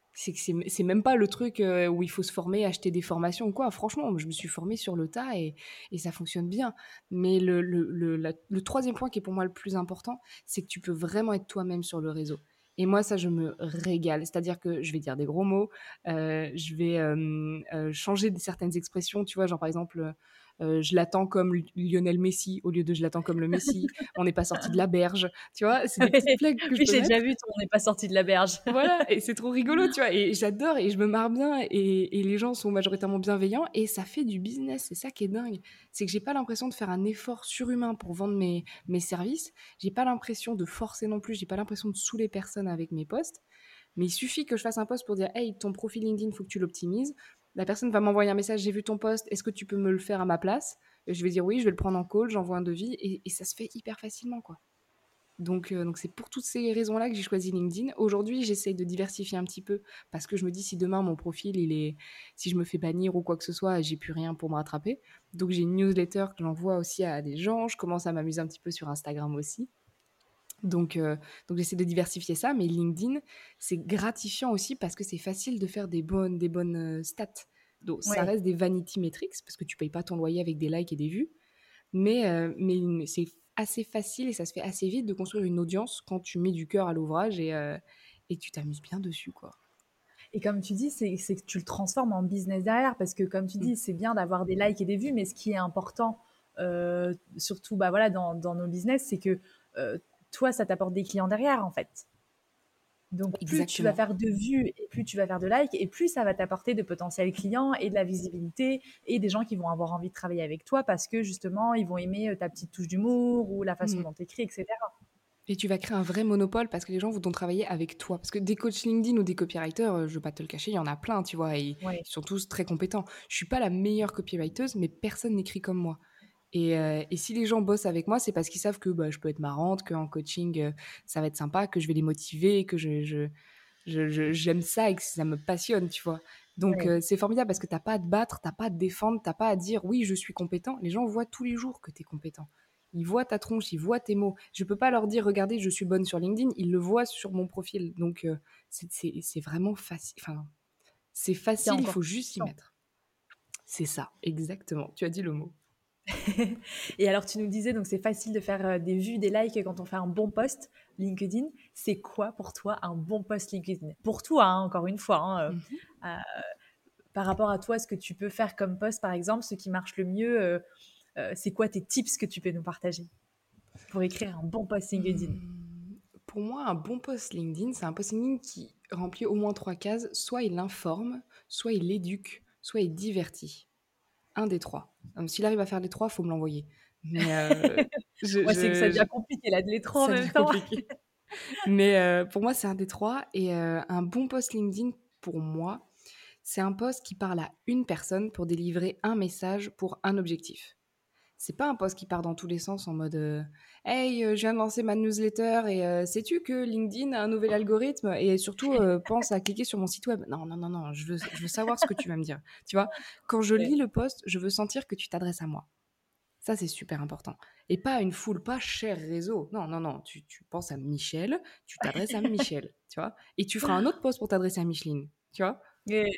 S2: C'est même pas le truc où il faut se former, acheter des formations ou quoi. Franchement, je me suis formée sur le tas et ça fonctionne bien. Mais le troisième point qui est pour moi le plus important, c'est que tu peux vraiment être toi-même sur le réseau. Et moi, ça, je me régale. C'est-à-dire que je vais dire des gros mots, je vais changer certaines expressions, tu vois, genre par exemple, je l'attends comme Lionel Messi au lieu de je l'attends comme le Messi. On n'est pas sorti de la berge, tu vois. C'est des petites blagues que je
S1: Oui,
S2: peux
S1: j'ai déjà
S2: mettre.
S1: vu, on n'est pas sorti de la berge.
S2: Voilà, et c'est trop rigolo, tu vois, et j'adore et je me marre bien et les gens sont majoritairement bienveillants et ça fait du business, c'est ça qui est dingue. C'est que j'ai pas l'impression de faire un effort surhumain pour vendre mes services, j'ai pas l'impression de forcer non plus, j'ai pas l'impression de saouler personne avec mes posts, mais il suffit que je fasse un post pour dire: «Hey, ton profil LinkedIn, faut que tu l'optimises». La personne va m'envoyer un message: «J'ai vu ton post, est-ce que tu peux me le faire à ma place?» Et je vais dire: «Oui», je vais le prendre en call, j'envoie un devis et ça se fait hyper facilement, quoi. Donc c'est pour toutes ces raisons-là que j'ai choisi LinkedIn. Aujourd'hui, j'essaye de diversifier un petit peu parce que je me dis si demain mon profil, si je me fais bannir ou quoi que ce soit, j'ai plus rien pour me rattraper. Donc j'ai une newsletter que j'envoie aussi à des gens. Je commence à m'amuser un petit peu sur Instagram aussi. Donc j'essaie de diversifier ça, mais LinkedIn, c'est gratifiant aussi parce que c'est facile de faire des bonnes stats. Donc ça
S1: Ouais.
S2: reste des vanity metrics parce que tu payes pas ton loyer avec des likes et des vues, mais c'est assez facile et ça se fait assez vite de construire une audience quand tu mets du cœur à l'ouvrage et tu t'amuses bien dessus, quoi.
S1: Et comme tu dis, c'est que tu le transformes en business derrière parce que comme tu
S2: Mmh.
S1: dis, c'est bien d'avoir des likes et des vues, mais ce qui est important, surtout bah, voilà, dans nos business, c'est que euh, toi, ça t'apporte des clients derrière en fait. Donc plus tu vas
S2: Exactement.
S1: faire de vues et plus tu vas faire de likes et plus ça va t'apporter de potentiels clients et de la visibilité et des gens qui vont avoir envie de travailler avec toi parce que justement, ils vont aimer ta petite touche d'humour ou la façon
S2: Mmh.
S1: dont tu écris, etc.
S2: Et tu vas créer un vrai monopole parce que les gens voudront travailler avec toi. Parce que des coachs LinkedIn ou des copywriters, je vais pas te le cacher, il y en a plein, tu vois? Et ils
S1: Ouais.
S2: sont tous très compétents. Je suis pas la meilleure copywriter, mais personne n'écrit comme moi. Et si les gens bossent avec moi, c'est parce qu'ils savent que, bah, je peux être marrante, qu'en coaching, ça va être sympa, que je vais les motiver, que j'aime ça et que ça me passionne, tu vois? Donc
S1: Ouais.
S2: c'est formidable parce que tu pas à te battre, tu pas à te défendre, tu pas à dire: «Oui, je suis compétent». Les gens voient tous les jours que tu es compétent. Ils voient ta tronche, ils voient tes mots. Je peux pas leur dire: «Regardez, je suis bonne sur LinkedIn», ils le voient sur mon profil. Donc c'est vraiment facile, enfin, c'est
S1: C'est
S2: facile, il
S1: encore
S2: faut
S1: plus
S2: juste s'y
S1: puissant.
S2: mettre. C'est ça, exactement, tu as dit le mot.
S1: Et alors, tu nous disais, donc c'est facile de faire des vues, des likes quand on fait un bon post LinkedIn. C'est quoi pour toi un bon post LinkedIn? Pour toi, hein, encore une fois, hein,
S2: Mmh.
S1: euh, par rapport à toi, ce que tu peux faire comme post, par exemple, ce qui marche le mieux, c'est quoi tes tips que tu peux nous partager pour écrire un bon post LinkedIn?
S2: Pour moi, un bon post LinkedIn, c'est un post LinkedIn qui remplit au moins 3 cases. Soit il informe, soit il éduque, soit il divertit. Un des 3. S'il arrive à faire les 3, faut me l'envoyer. Mais
S1: Ouais, c'est que ça devient compliqué là de les trois en
S2: ça
S1: même
S2: devient
S1: temps.
S2: compliqué. Mais pour moi, c'est un des 3. Et un bon post LinkedIn, pour moi, c'est un post qui parle à une personne pour délivrer un message pour un objectif. C'est pas un post qui part dans tous les sens en mode Hey, je viens de lancer ma newsletter et sais-tu que LinkedIn a un nouvel algorithme et surtout pense à cliquer sur mon site web. Non, non, non, non, je veux savoir ce que tu vas me dire. Tu vois, quand je lis
S1: Ouais.
S2: le post, je veux sentir que tu t'adresses à moi. Ça, c'est super important. Et pas à une foule, pas cher réseau. Non, non, non, tu penses à Michel, tu t'adresses à Michel, tu vois. Et tu feras un autre post pour t'adresser à Micheline, tu vois.
S1: Ouais.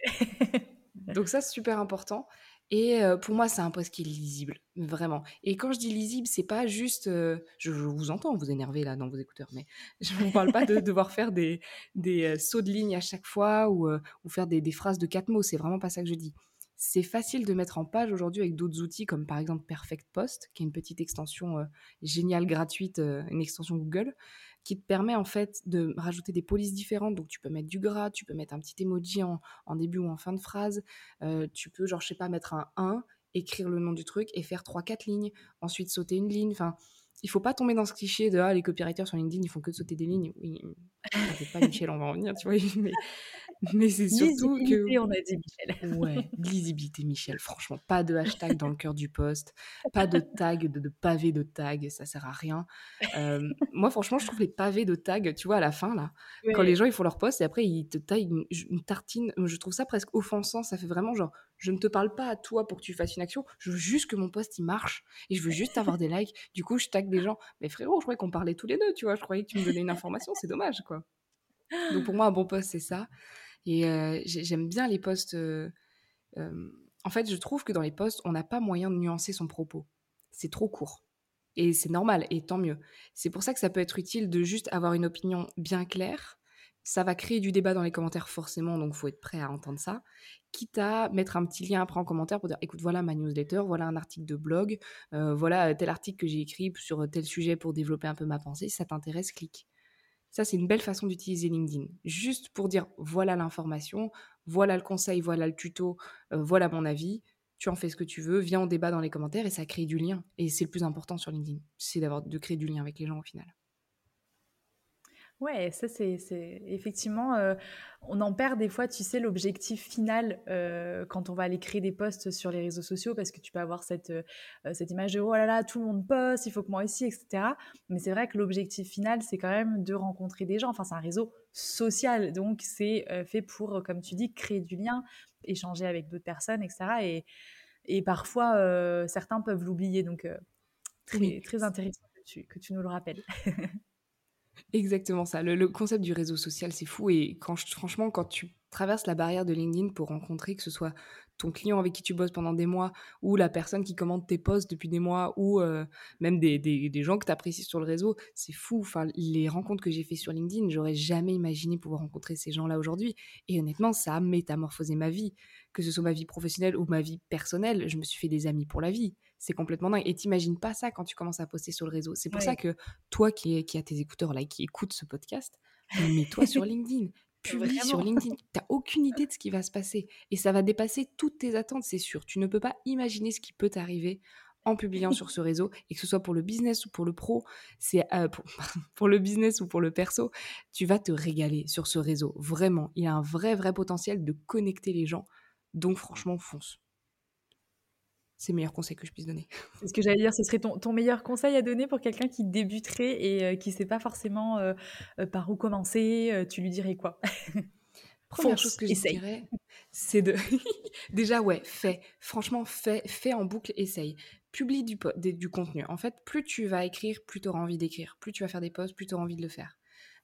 S2: Donc ça, c'est super important. Et pour moi, c'est un post qui est lisible, vraiment. Et quand je dis lisible, c'est pas juste... je vous entends vous énerver là dans vos écouteurs, mais je vous parle pas de devoir faire des sauts de ligne à chaque fois ou faire des phrases de 4 mots. C'est vraiment pas ça que je dis. C'est facile de mettre en page aujourd'hui avec d'autres outils comme par exemple Perfect Post, qui est une petite extension géniale, gratuite, une extension Google, qui te permet en fait de rajouter des polices différentes. Donc tu peux mettre du gras, tu peux mettre un petit emoji en début ou en fin de phrase. Tu peux, genre, je sais pas, mettre un 1, écrire le nom du truc et faire 3 4 lignes. Ensuite, sauter une ligne. Enfin, il faut pas tomber dans ce cliché de les copywriters sur LinkedIn, ils font que de sauter des lignes. Oui, t'inquiète pas, Michel, on va en venir, tu vois. Mais c'est surtout que
S1: Lisibilité, on a dit, Michel.
S2: ouais, lisibilité, Michel. Franchement, pas de hashtag dans le cœur du post, pas de tag, de pavé de tag, ça sert à rien. Moi, franchement, je trouve les pavés de tag, tu vois, à la fin, là, quand les
S1: Ouais.
S2: gens ils font leur post et après ils te taillent une tartine, je trouve ça presque offensant. Ça fait vraiment genre, je ne te parle pas à toi pour que tu fasses une action, je veux juste que mon post il marche et je veux juste avoir des likes. Du coup, je tag des gens. Mais frérot, je croyais qu'on parlait tous les deux, tu vois, je croyais que tu me donnais une information, c'est dommage, quoi. Donc pour moi, un bon post, c'est ça. Et j'aime bien les posts. En fait, je trouve que dans les posts, on n'a pas moyen de nuancer son propos. C'est trop court. Et c'est normal, et tant mieux. C'est pour ça que ça peut être utile de juste avoir une opinion bien claire. Ça va créer du débat dans les commentaires forcément, donc il faut être prêt à entendre ça. Quitte à mettre un petit lien après en commentaire pour dire, écoute, voilà ma newsletter, voilà un article de blog, voilà tel article que j'ai écrit sur tel sujet pour développer un peu ma pensée. Si ça t'intéresse, clique. Ça, c'est une belle façon d'utiliser LinkedIn. Juste pour dire, voilà l'information, voilà le conseil, voilà le tuto, voilà mon avis. Tu en fais ce que tu veux, viens, on débat dans les commentaires et ça crée du lien. Et c'est le plus important sur LinkedIn, c'est de créer du lien avec les gens au final.
S1: Ouais, ça effectivement, on en perd des fois, tu sais, l'objectif final quand on va aller créer des posts sur les réseaux sociaux parce que tu peux avoir cette image de oh là là, tout le monde poste, il faut que moi aussi, etc. Mais c'est vrai que l'objectif final, c'est quand même de rencontrer des gens. Enfin, c'est un réseau social, donc c'est fait pour, comme tu dis, créer du lien, échanger avec d'autres personnes, etc. Et parfois, certains peuvent l'oublier, donc
S2: Oui,
S1: très, très intéressant que tu nous le rappelles.
S2: exactement ça. Le concept du réseau social, c'est fou. Et franchement, quand tu traverses la barrière de LinkedIn pour rencontrer, que ce soit ton client avec qui tu bosses pendant des mois, ou la personne qui commande tes posts depuis des mois, ou même des gens que tu apprécies sur le réseau, c'est fou. Enfin, les rencontres que j'ai fait sur LinkedIn, j'aurais jamais imaginé pouvoir rencontrer ces gens-là aujourd'hui. Et honnêtement, ça a métamorphosé ma vie, que ce soit ma vie professionnelle ou ma vie personnelle. Je me suis fait des amis pour la vie. C'est complètement dingue. Et t'imagines pas ça quand tu commences à poster sur le réseau. C'est pour ça
S1: Ouais,
S2: que toi qui as tes écouteurs là, qui écoutes ce podcast, mets-toi sur LinkedIn. Publie sur
S1: vraiment.
S2: LinkedIn. T'as aucune idée de ce qui va se passer. Et ça va dépasser toutes tes attentes, c'est sûr. Tu ne peux pas imaginer ce qui peut t'arriver en publiant sur ce réseau, et que ce soit pour le business ou pour le pro, c'est pour le business ou pour le perso, tu vas te régaler sur ce réseau. Vraiment, il y a un vrai potentiel de connecter les gens. Donc franchement, fonce. C'est le meilleur conseil que je puisse donner.
S1: C'est ce que j'allais dire, ce serait ton meilleur conseil à donner pour quelqu'un qui débuterait et qui ne sait pas forcément par où commencer, tu lui dirais quoi?
S2: Première chose
S1: Fonce,
S2: que je
S1: essaye.
S2: dirais, c'est de déjà ouais, fais. Franchement, fais en boucle, essaye. Publie du contenu. En fait, plus tu vas écrire, plus tu auras envie d'écrire. Plus tu vas faire des posts, plus tu auras envie de le faire.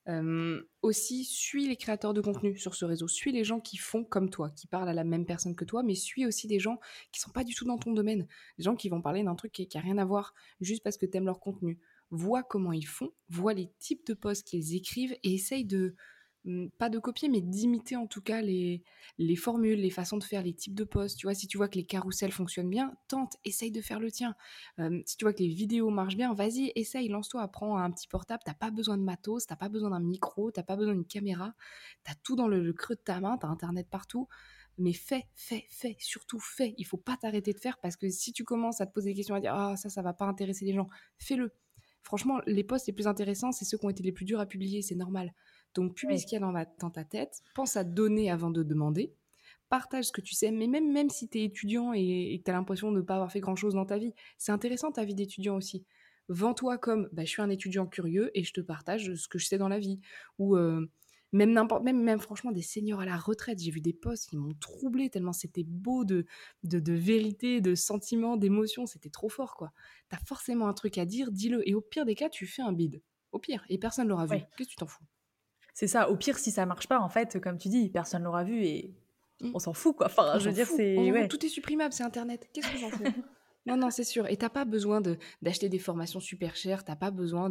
S2: Aussi, suis les créateurs de contenu sur ce réseau. Suis les gens qui font comme toi, qui parlent à la même personne que toi, mais suis aussi des gens qui sont pas du tout dans ton domaine. Des gens qui vont parler d'un truc qui a rien à voir juste parce que tu aimes leur contenu. Vois comment ils font, vois les types de posts qu'ils écrivent et essaye de pas de copier, mais d'imiter en tout cas les formules, les façons de faire, les types de posts. Tu vois, si tu vois que les carousels fonctionnent bien, tente, essaye de faire le tien. Si tu vois que les vidéos marchent bien, vas-y, essaye, lance-toi, prends un petit portable. T'as pas besoin de matos, t'as pas besoin d'un micro, t'as pas besoin d'une caméra. T'as tout dans le creux de ta main, t'as Internet partout. Mais fais, surtout fais. Il faut pas t'arrêter de faire, parce que si tu commences à te poser des questions, à dire ah ça va pas intéresser les gens, fais-le. Franchement, les posts les plus intéressants, c'est ceux qui ont été les plus durs à publier, c'est normal. Donc, publie ce
S1: Ouais.
S2: qu'il y a dans ta tête, pense à donner avant de demander, partage ce que tu sais, mais même si tu es étudiant et que tu as l'impression de ne pas avoir fait grand-chose dans ta vie, c'est intéressant ta vie d'étudiant aussi. Vends-toi comme bah, je suis un étudiant curieux et je te partage ce que je sais dans la vie. Ou même n'importe, même franchement des seniors à la retraite, j'ai vu des posts qui m'ont troublé tellement c'était beau de vérité, de sentiments, d'émotions, c'était trop fort quoi. T'as forcément un truc à dire, dis-le, et au pire des cas, tu fais un bid. Au pire, et personne l'aura vu.
S1: Ouais,
S2: Qu'est-ce que tu t'en fous?
S1: c'est ça. Au pire, si ça marche pas, en fait, comme tu dis, personne l'aura vu et
S2: Mm.
S1: on s'en fout, quoi. Enfin,
S2: On
S1: je veux
S2: s'en
S1: dire,
S2: fout.
S1: c'est ouais.
S2: Tout est supprimable, c'est Internet. Qu'est-ce qu'on s'en fout? Non, non, c'est sûr. Et t'as pas besoin d'acheter des formations super chères. T'as pas besoin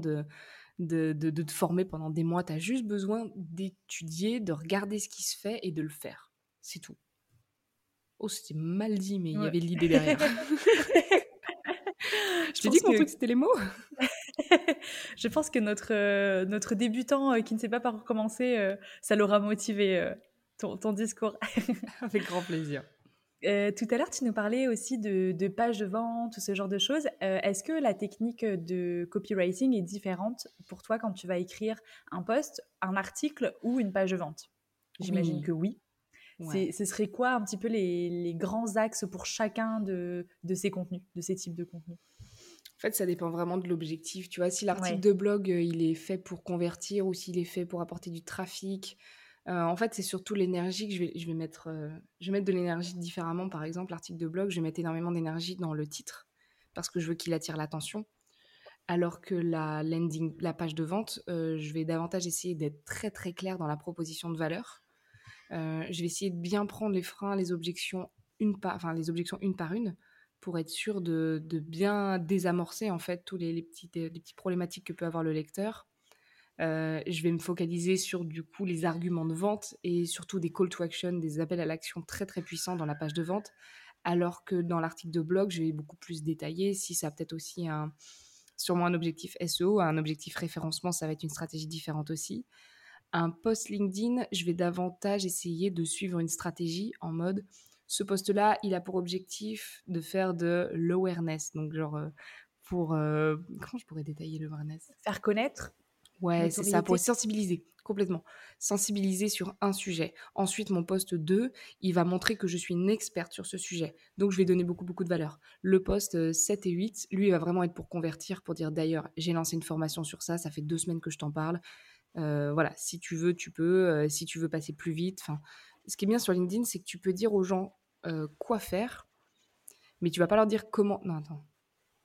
S2: de te former pendant des mois. T'as juste besoin d'étudier, de regarder ce qui se fait et de le faire. C'est tout. Oh, c'était mal dit, mais il y
S1: Ouais.
S2: avait l'idée derrière. Je
S1: Je
S2: t'ai dit
S1: pense
S2: que mon
S1: que
S2: truc, c'était les mots.
S1: je pense que notre débutant qui ne sait pas par où commencer, ça l'aura motivé, ton discours.
S2: Avec grand plaisir.
S1: Tout à l'heure, tu nous parlais aussi de pages de vente ou ce genre de choses. Est-ce que la technique de copywriting est différente pour toi quand tu vas écrire un post, un article ou une page de vente? J'imagine
S2: Oui,
S1: que oui.
S2: ouais.
S1: Ce serait quoi un petit peu les grands axes pour chacun de ces contenus, de ces types de contenus?
S2: En fait, ça dépend vraiment de l'objectif. Tu vois, si l'article
S1: Ouais,
S2: de blog, il est fait pour convertir ou s'il est fait pour apporter du trafic, en fait, c'est surtout l'énergie que je vais mettre, je vais mettre de l'énergie différemment. Par exemple, l'article de blog, je vais mettre énormément d'énergie dans le titre parce que je veux qu'il attire l'attention. Alors que la page de vente, je vais davantage essayer d'être très claire dans la proposition de valeur. Je vais essayer de bien prendre les freins, les objections les objections une par une pour être sûr de bien désamorcer en fait tous les petites problématiques que peut avoir le lecteur. Je vais me focaliser sur du coup les arguments de vente et surtout des call to action, des appels à l'action très puissants dans la page de vente, alors que dans l'article de blog, je vais beaucoup plus détailler. Si ça a peut-être aussi sûrement un objectif SEO, un objectif référencement, ça va être une stratégie différente aussi. Un post LinkedIn, je vais davantage essayer de suivre une stratégie en mode ce post-là, il a pour objectif de faire de l'awareness. Donc, genre, comment je pourrais détailler l'awareness?
S1: faire connaître,
S2: Ouais, c'est ça, pour
S1: notoriété.
S2: sensibiliser, complètement. Sensibiliser sur un sujet. Ensuite, mon post 2, il va montrer que je suis une experte sur ce sujet. Donc, je vais donner beaucoup de valeur. Le post 7 et 8, lui, il va vraiment être pour convertir, pour dire d'ailleurs, j'ai lancé une formation sur ça, ça fait 2 semaines que je t'en parle. Voilà, si tu veux, tu peux. Si tu veux passer plus vite. Enfin, ce qui est bien sur LinkedIn, c'est que tu peux dire aux gens quoi faire, mais tu vas pas leur dire comment. Non, attends.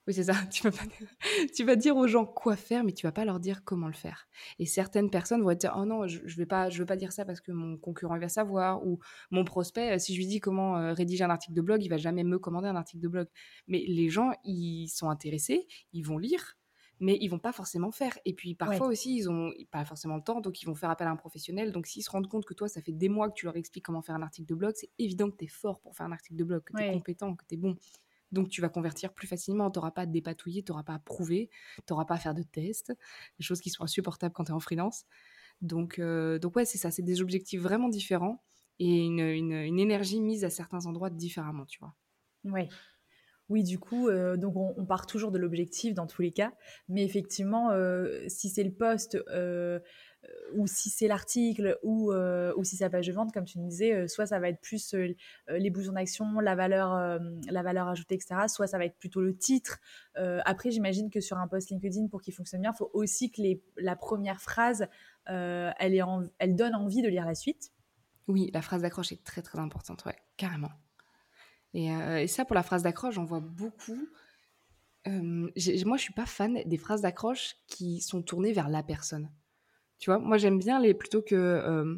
S2: Oui, c'est ça. Tu vas dire aux gens quoi faire, mais tu vas pas leur dire comment le faire. Et certaines personnes vont être dire: «Oh non, je veux pas dire ça parce que mon concurrent il va savoir» ou mon prospect, si je lui dis comment, rédiger un article de blog, il va jamais me commander un article de blog. Mais les gens, ils sont intéressés, ils vont lire, mais ils vont pas forcément faire. Et puis
S1: Ouais,
S2: parfois aussi, ils ont pas forcément le temps, donc ils vont faire appel à un professionnel. Donc s'ils se rendent compte que toi, ça fait des mois que tu leur expliques comment faire un article de blog, c'est évident que tu es fort pour faire un article de blog, que tu es
S1: ouais,
S2: compétent, que tu es bon. Donc tu vas convertir plus facilement, tu auras pas à te dépatouiller, tu auras pas à prouver, tu auras pas à faire de tests, des choses qui sont insupportables quand tu es en freelance. Donc ouais, c'est ça, c'est des objectifs vraiment différents et une énergie mise à certains endroits différemment, tu vois?
S1: ouais. Oui, du coup, donc on part toujours de l'objectif dans tous les cas, mais effectivement, si c'est le post, ou si c'est l'article ou si c'est la page de vente comme tu me disais, soit ça va être plus, les boutons d'action, la valeur ajoutée et cetera, soit ça va être plutôt le titre. Après j'imagine que sur un post LinkedIn pour qu'il fonctionne bien, il faut aussi que la première phrase, elle donne envie de lire la suite.
S2: Oui, la phrase d'accroche est très, très importante, ouais, carrément. Et ça, pour la phrase d'accroche, j'en vois beaucoup. Moi, je suis pas fan des phrases d'accroche qui sont tournées vers la personne. Tu vois? Moi, j'aime bien les plutôt que,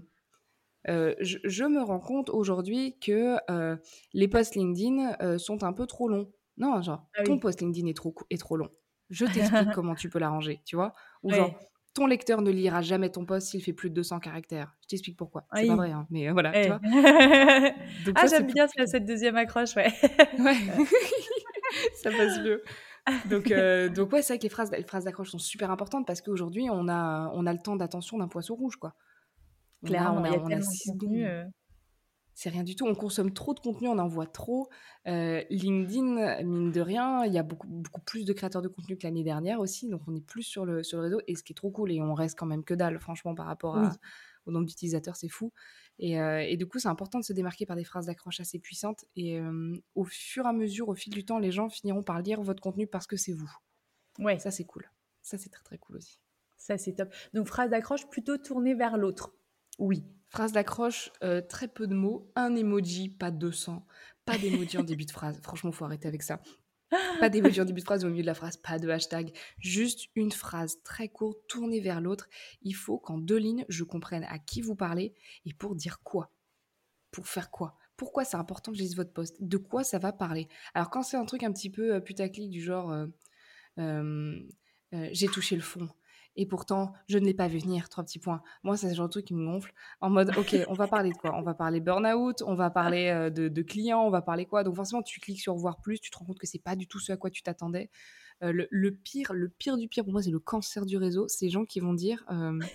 S2: je me rends compte aujourd'hui que, les posts LinkedIn, sont un peu trop longs. Non, genre:
S1: Ah
S2: «Ton
S1: oui.
S2: post LinkedIn est trop long. Je t'explique comment tu peux l'arranger», tu vois? Ou genre:
S1: Ouais.
S2: «Ton lecteur ne lira jamais ton post s'il fait plus de 200 caractères. Je t'explique pourquoi». C'est pas
S1: Oui.
S2: vrai, hein, mais voilà, tu
S1: Ouais.
S2: vois? Donc
S1: Ah
S2: ça, c'est
S1: j'aime
S2: plus
S1: bien
S2: compliqué.
S1: cette deuxième accroche, ouais.
S2: Ouais, ça passe mieux. Donc ouais, c'est vrai que les phrases d'accroche sont super importantes parce qu'aujourd'hui, on a le temps d'attention d'un poisson rouge, quoi.
S1: Clairement, il y a
S2: On a
S1: tellement de
S2: 6
S1: contenu,
S2: secondes. C'est rien du tout. On consomme trop de contenu, on en voit trop. LinkedIn, mine de rien, il y a beaucoup plus de créateurs de contenu que l'année dernière aussi, donc on est plus sur le réseau et ce qui est trop cool et on reste quand même que dalle franchement par rapport
S1: oui,
S2: au nombre d'utilisateurs, c'est fou et du coup, c'est important de se démarquer par des phrases d'accroche assez puissantes et au fur et à mesure, au fil du temps, les gens finiront par lire votre contenu parce que c'est vous.
S1: ouais,
S2: Ça, c'est cool. Ça, c'est très, très cool aussi.
S1: ça c'est top. Donc phrase d'accroche plutôt tournée vers l'autre.
S2: Oui, phrase d'accroche, très peu de mots, un emoji, pas 200, pas d'emoji en début de phrase. Franchement, faut arrêter avec ça. Pas d'emoji en début de phrase ou au milieu de la phrase, pas de hashtag. Juste une phrase très courte, tournée vers l'autre. Il faut qu'en 2 lignes, je comprenne à qui vous parlez et pour dire quoi. Pour faire quoi? Pourquoi c'est important que je lise votre post? De quoi ça va parler? Alors quand c'est un truc un petit peu, putaclic du genre, Hem, j'ai touché le fond et pourtant je ne l'ai pas vu venir, 3 petits points. Moi, c'est le genre de truc qui me gonfle en mode: «OK, on va parler de quoi? On va parler burn-out, on va parler, de clients, on va parler quoi?» Donc forcément, tu cliques sur voir plus, tu te rends compte que c'est pas du tout ce à quoi tu t'attendais. Le pire du pire pour moi, c'est le cancer du réseau. Ces gens qui vont dire,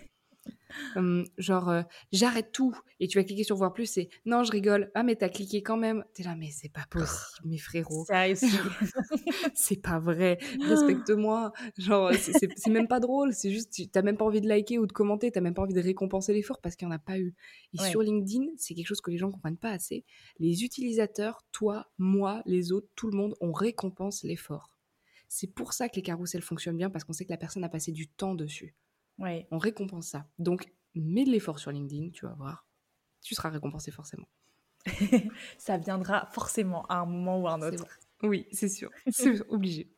S2: genre, «J'arrête tout» et tu vas cliquer sur voir plus, c'est: «Non, je rigole. Ah mais tu as cliqué quand même». Tu es là: «Mais c'est pas possible, mes frérots».
S1: Seriously.
S2: C'est pas vrai, respecte-moi. Genre, c'est même pas drôle, c'est juste tu même pas envie de liker ou de commenter, t'as même pas envie de récompenser l'effort parce qu'il y en a pas eu. Et sur
S1: Ouais,
S2: LinkedIn, c'est quelque chose que les gens comprennent pas assez. Les utilisateurs, toi, moi, les autres, tout le monde, on récompense l'effort. C'est pour ça que les carousels fonctionnent bien parce qu'on sait que la personne a passé du temps dessus.
S1: ouais.
S2: On récompense ça. Donc, mets de l'effort sur LinkedIn, tu vas voir. Tu seras récompensé forcément.
S1: Ça viendra forcément à un moment ou à un
S2: C'est bon.
S1: autre.
S2: Oui, c'est sûr. C'est obligé.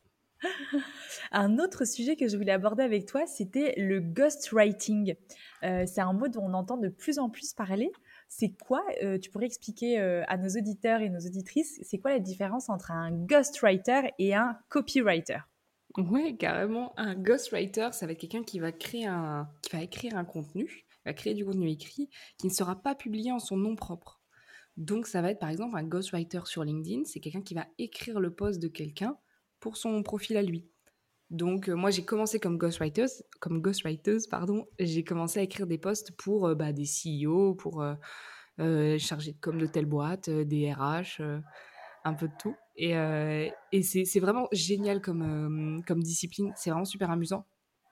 S1: Un autre sujet que je voulais aborder avec toi, c'était le ghostwriting. C'est un mot dont on entend de plus en plus parler. C'est quoi, tu pourrais expliquer, à nos auditeurs et nos auditrices, c'est quoi la différence entre un ghostwriter et un copywriter?
S2: Ouais, carrément. Un ghostwriter, ça va être quelqu'un qui va écrire un contenu, va créer du contenu écrit qui ne sera pas publié en son nom propre. Donc, ça va être par exemple un ghostwriter sur LinkedIn, c'est quelqu'un qui va écrire le post de quelqu'un pour son profil à lui. Donc, moi, j'ai commencé comme ghostwriteuse, pardon. J'ai commencé à écrire des posts pour bah, des CEO, pour chargés de com de telle boîte, des RH, un peu de tout. Et c'est vraiment génial comme discipline. C'est vraiment super amusant.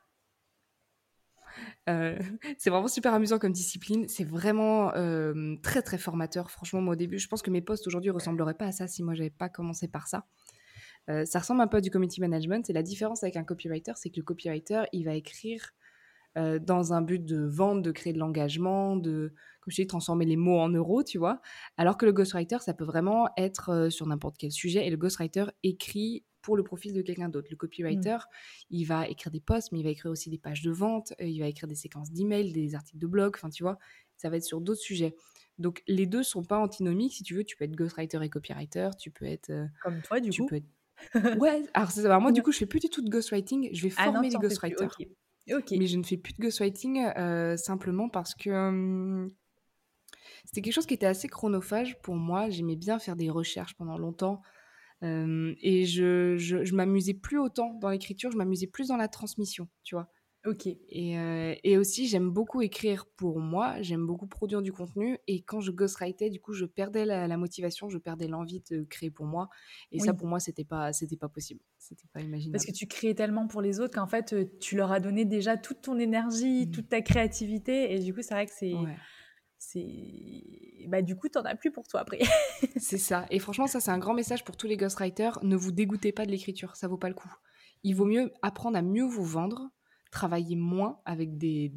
S2: Euh, c'est vraiment super amusant comme discipline. C'est vraiment très très formateur. Franchement, moi au début, je pense que mes posts aujourd'hui ressembleraient pas à ça si moi j'avais pas commencé par ça. Ça ressemble un peu à du community management. Et la différence avec un copywriter, c'est que le copywriter, il va écrire dans un but de vente, de créer de l'engagement, de, comme je dis, transformer les mots en euros, tu vois. Alors que le ghostwriter, ça peut vraiment être sur n'importe quel sujet. Et le ghostwriter écrit pour le profil de quelqu'un d'autre. Le
S1: Mmh.
S2: copywriter, il va écrire des posts, mais il va écrire aussi des pages de vente, il va écrire des séquences d'emails, des articles de blog, enfin, tu vois, ça va être sur d'autres sujets. Donc, les deux sont pas antinomiques. Si tu veux, tu peux être ghostwriter et copywriter,
S1: Comme toi, du
S2: tu peux
S1: coup?
S2: être ouais, alors moi, du
S1: Ouais.
S2: coup, je fais plus du tout de ghostwriting. Je vais
S1: Ah non,
S2: former
S1: tu
S2: les
S1: en fais plus.
S2: ghostwriters,
S1: OK. OK.
S2: mais je ne fais plus de ghostwriting, simplement parce que, c'était quelque chose qui était assez chronophage pour moi. J'aimais bien faire des recherches pendant longtemps, et je m'amusais plus autant dans l'écriture, je m'amusais plus dans la transmission, tu vois?
S1: OK.
S2: Et aussi, j'aime beaucoup écrire pour moi, j'aime beaucoup produire du contenu et quand je ghostwritais, du coup, je perdais la motivation, je perdais l'envie de créer pour moi et ça,
S1: Oui.
S2: pour moi, c'était pas possible, c'était pas
S1: Parce que
S2: imaginable.
S1: tu créais tellement pour les autres qu'en fait, tu leur as donné déjà toute ton énergie,
S2: Mmh.
S1: toute ta créativité et du coup, c'est vrai que
S2: Ouais.
S1: bah, du coup, tu en as plus pour toi après.
S2: C'est ça et franchement, ça, c'est un grand message pour tous les ghostwriters. Ne vous dégoûtez pas de l'écriture, ça vaut pas le coup. Il vaut
S1: Mmh.
S2: mieux apprendre à mieux vous vendre, travailler moins avec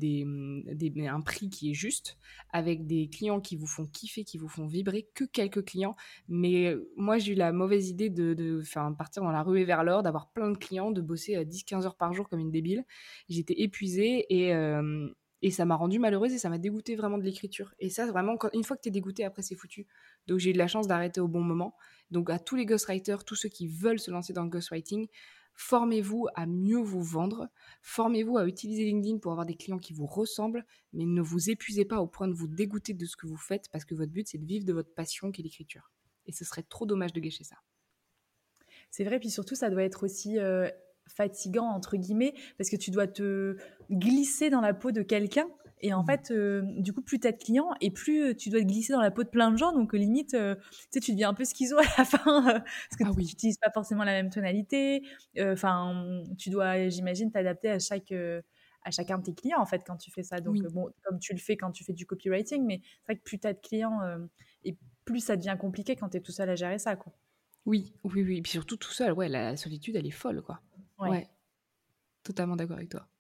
S2: un prix qui est juste, avec des clients qui vous font kiffer, qui vous font vibrer, que quelques clients. Mais moi, j'ai eu la mauvaise idée enfin, partir dans la ruée vers l'or, d'avoir plein de clients, de bosser 10-15 heures par jour comme une débile. J'étais épuisée et ça m'a rendue malheureuse et ça m'a dégoûtée vraiment de l'écriture. Et ça, vraiment, une fois que t'es dégoûté, après, c'est foutu. Donc j'ai eu de la chance d'arrêter au bon moment. Donc à tous les ghostwriters, tous ceux qui veulent se lancer dans le ghostwriting, formez-vous à mieux vous vendre, formez-vous à utiliser LinkedIn pour avoir des clients qui vous ressemblent, mais ne vous épuisez pas au point de vous dégoûter de ce que vous faites parce que votre but c'est de vivre de votre passion qui est l'écriture. Et ce serait trop dommage de gâcher ça.
S1: C'est vrai, puis surtout, ça doit être aussi, «fatigant» entre guillemets, parce que tu dois te glisser dans la peau de quelqu'un et en
S2: Mm.
S1: fait, du coup, plus tu as de clients et plus, tu dois te glisser dans la peau de plein de gens donc limite, tu sais, tu deviens un peu schizo à la fin, parce que
S2: Ah
S1: tu
S2: oui,
S1: utilises pas forcément la même tonalité, enfin, tu dois, j'imagine, t'adapter à chacun de tes clients, en fait, quand tu fais ça donc
S2: oui,
S1: bon, comme tu le fais quand tu fais du copywriting mais c'est vrai que plus tu as de clients, et plus ça devient compliqué quand tu es tout seul à gérer ça, quoi.
S2: oui, oui, oui. Et puis surtout tout seul, ouais, la solitude, elle est folle, quoi.
S1: Ouais.
S2: Ouais, totalement d'accord avec toi.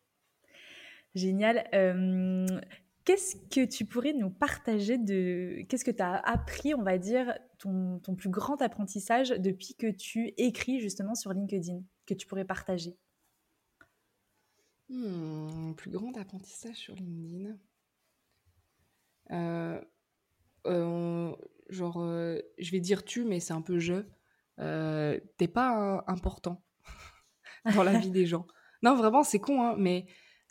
S1: Génial. Qu'est-ce que tu pourrais nous partager qu'est-ce que tu as appris, on va dire, ton plus grand apprentissage depuis que tu écris justement sur LinkedIn, que tu pourrais partager?
S2: Plus grand apprentissage sur LinkedIn. Euh, on- genre, je vais dire tu, mais c'est un peu je. T'es pas important dans la vie des gens. Non, vraiment, c'est con, hein, mais